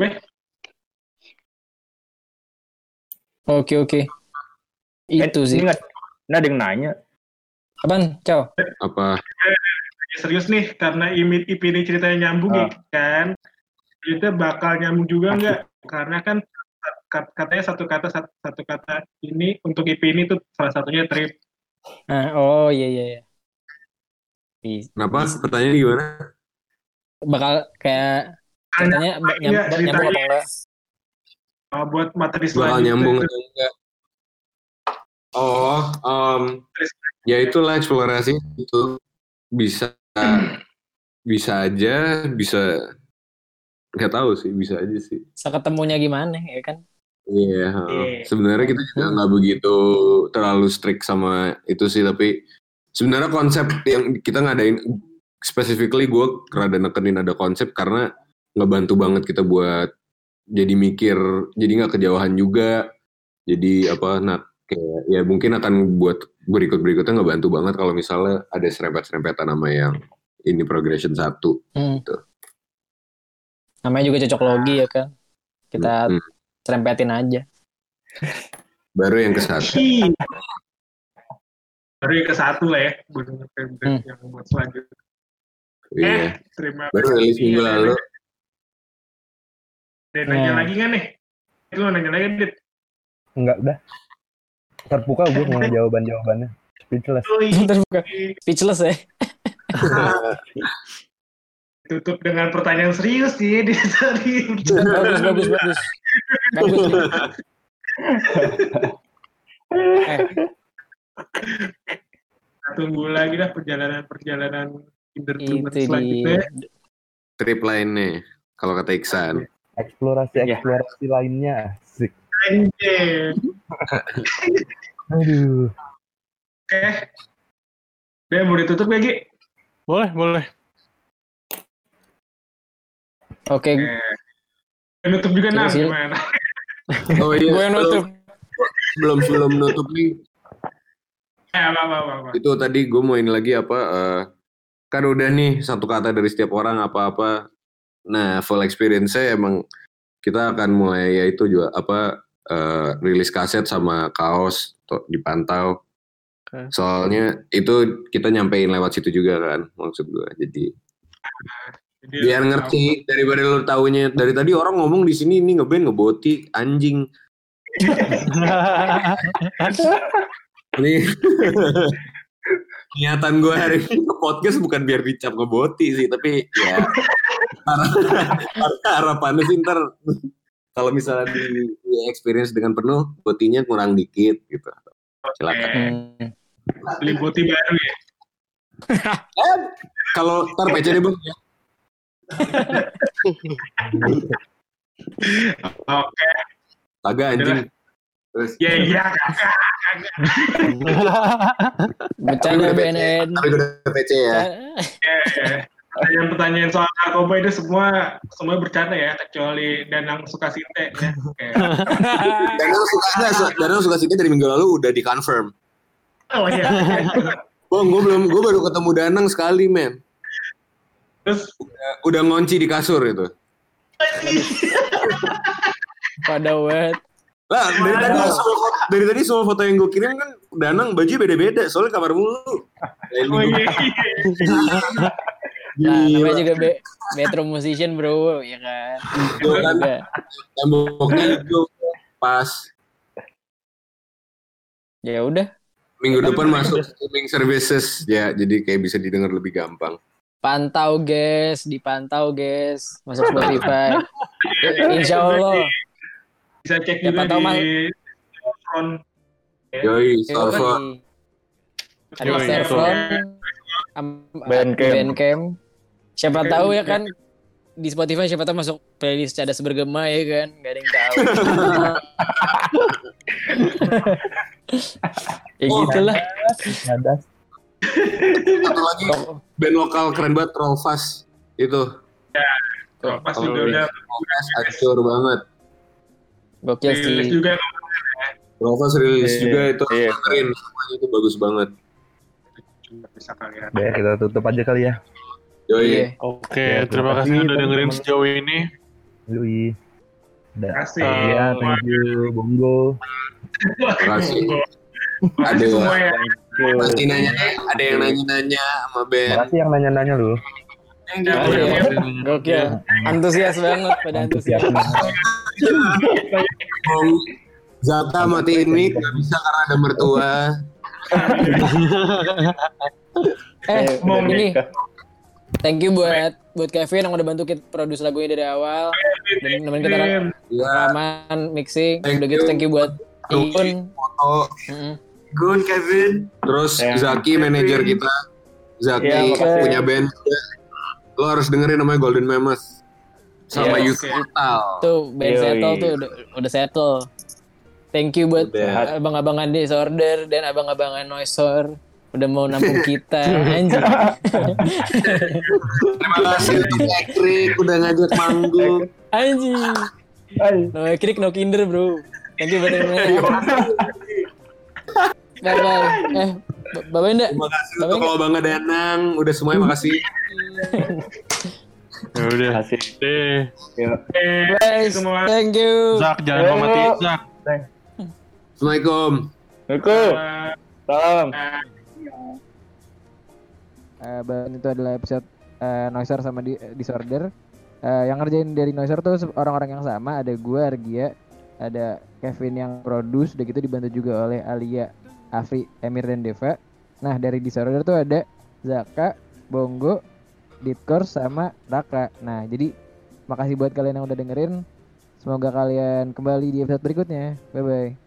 oke oke. Itu Eh, sih. Ini nggak nggak ada yang nanya. Apaan? Ciao. Apa? Serius nih, karena I P ini ceritanya nyambung Ah. ya kan, itu bakal nyambung juga nggak? Karena kan kat- katanya satu kata satu, satu kata ini untuk I P ini tuh salah satunya trip. Ah, oh iya iya iya. Bi- Kenapa? bis- Pertanyaannya gimana? bakal kayak katanya ba- nyam- Iya, nyambung apa ceritanya. enggak? uh, buat materi Bakal selanjutnya nyambung itu. atau enggak? Oh, um, ya itulah eksplorasi itu bisa bisa aja, bisa nggak tahu sih, bisa aja sih. Seketemunya gimana ya kan? Iya, Iya. sebenarnya kita juga nggak begitu terlalu strict sama itu sih, tapi sebenarnya konsep yang kita ngadain, specifically gue rada nekenin ada konsep karena ngebantu banget kita buat jadi mikir, jadi nggak kejauhan juga, jadi apa, nah kayak ya mungkin akan buat berikut-berikutnya ngebantu banget kalau misalnya ada serempet-serempetan nama yang ini progression satu. Hmm. Gitu. Namanya juga cocok logi ya kan. Kita Hmm. serempetin aja. Baru yang ke satu. Baru yang ke satu lah ya, buat Hmm. yang buat selanjutnya. Iya. Eh, terima Baru rilis minggu Iya, lalu. Ada nanya Hmm. lagi nggak nih? Itu lo nanya lagi, Dit? Enggak, udah. Terbuka gue sama jawaban-jawabannya. Speechless. Terbuka. Speechless ya. Tutup dengan pertanyaan serius sih, Dit. Tadi. Bagus, bagus, bagus. Bagus. Dit. Eh, Kita tunggu lagi dah perjalanan-perjalanan Kinder Blumen itu selanjutnya. di Trip lainnya, kalau kata Iksan. Eksplorasi-eksplorasi lainnya. Asik. Anjir. Aduh. Oke. Udah, mau ditutup ya, Gi? Boleh, boleh. Oke, Eh, nutup juga, Nang. Silakan. Gimana? Oh iya, gue yang nutup. belum belum nutup nih. Eh, apa, apa, apa, apa. Itu tadi gue mau ini lagi apa, eh, kan udah nih satu kata dari setiap orang apa-apa. Nah, full experience-nya emang kita akan mulai ya itu juga apa, eh, rilis kaset sama kaos to- dipantau. Oke. Soalnya itu kita nyampein lewat situ juga kan, maksud gue. Jadi Jadi, biar ngerti daripada lu taunya dari tadi orang ngomong di sini ini ngeband ngeboti anjing. Ini niatan gue hari ini ke podcast bukan biar dicap ngeboti sih, tapi ya harapannya sih ntar kalau misalnya di, di experience dengan penuh, botinya kurang dikit gitu. Silakan. Hmm. beli boti baru ya. Eh, kalau ntar P C deh bang. Oke. Kagak anjing. Terus. Ya, iya, kakak. Bercanda B N N. Tapi gue udah P C ya. Eh, pertanyaan-pertanyaan soal narkoba itu semua semua bercanda ya, kecuali Danang suka sinte ya. Oke. Danang suka enggak? Danang suka sini dari minggu lalu udah di-confirm. Oh iya. Bang, gue belum, gue baru ketemu Danang sekali, men. Terus Udah, udah ngonci di kasur itu. Pada wet. Lah, dari tadi semua foto, dari tadi semua foto yang gue kirim kan Danang baju beda-beda, soalnya kamar mulu. oh iya. Nah, namanya juga be bedroom musician bro, ya kan. Gue kan Juga. temboknya itu pas Ya udah, minggu depan masuk streaming services ya, jadi kayak bisa didengar lebih gampang. pantau guys, dipantau guys, masuk Spotify. Eh, Insya Allah. Bisa cek Ya, juga pantau di mah. front. Yoi, Yoi. Salva. Ada Yoi, Sterfon, Bandcamp. Bandcamp. Siapa tahu ya kan di Spotify siapa tahu masuk playlist Cadas Bergema ya kan, gak ada yang tahu. Ya Oh, gitulah. Ada. Satu lagi band lokal keren banget, Trollfast itu. Tuh, pas Kalau juga udah Trollfast hancur banget. Gokil sih. rilis juga. Trollfast rilis Iya, juga itu, iya. dengerin semuanya itu bagus banget. Cuma bisa kalian. Udah, kita tutup aja kali ya. Yoi. Iya. Oke, Ya, terima terima kasih kasih, udah dengerin teman-teman. sejauh ini. Yui. Udah. Terima kasih. Iya, thank you, Bongo. Terima kasih. Terima kasih Ada semua ya. pasti nanya, ada yang nanya-nanya sama band. Makasih yang nanya-nanya lu. Thank you. Oh, iya. Gokil. Antusias banget pada antusias. Bong, Zata matiin mic, gak bisa karena ada mertua. Eh, Mau ini thank you buat buat Kevin yang udah bantu kita produce lagunya dari awal dan nemenin kita Kevin. rekaman, mixing. Thank Udah gitu you. thank you buat Lucky, Iun. foto. Mm-mm. Gun Kevin. Terus Ya. Zaki manajer kita. Zaki Ya, makasih. punya band juga. Lo harus dengerin namanya Golden Mammoth. Sama Yes. Youth Total. Tuh band Yoi. settle tuh udah, udah settle. Thank you buat Udah. abang-abangan Disorder dan abang-abangan Noisor udah mau nampung kita. Anjir. Terima kasih untuk Ekrik udah ngajak manggung. Anjir. Ay. No krik no kinder, bro. Thank you buat yang Bye bye. Eh, Bapak Indah. Terima kasih Bapak untuk Indah. Lobang Danang. Udah semuanya makasih. Ya udah. Kasih. Deh. Ya. Guys, semua. thank you. Zak, jangan Yo. mau mati, Zak. Assalamualaikum. Assalamualaikum. Uh, Salam. Eh, Bang, itu adalah episode eh, Noiser sama di, Disorder. Eh, yang ngerjain dari Noiser tuh se- orang-orang yang sama. Ada gue, Argia, ada Kevin yang produce, udah gitu dibantu juga oleh Alia, Afri, Emir, dan Deva. Nah dari Disorder tuh ada Zaka, Bongo, Ditkor, sama Raka. Nah jadi makasih buat kalian yang udah dengerin. Semoga kalian kembali di episode berikutnya. Bye-bye.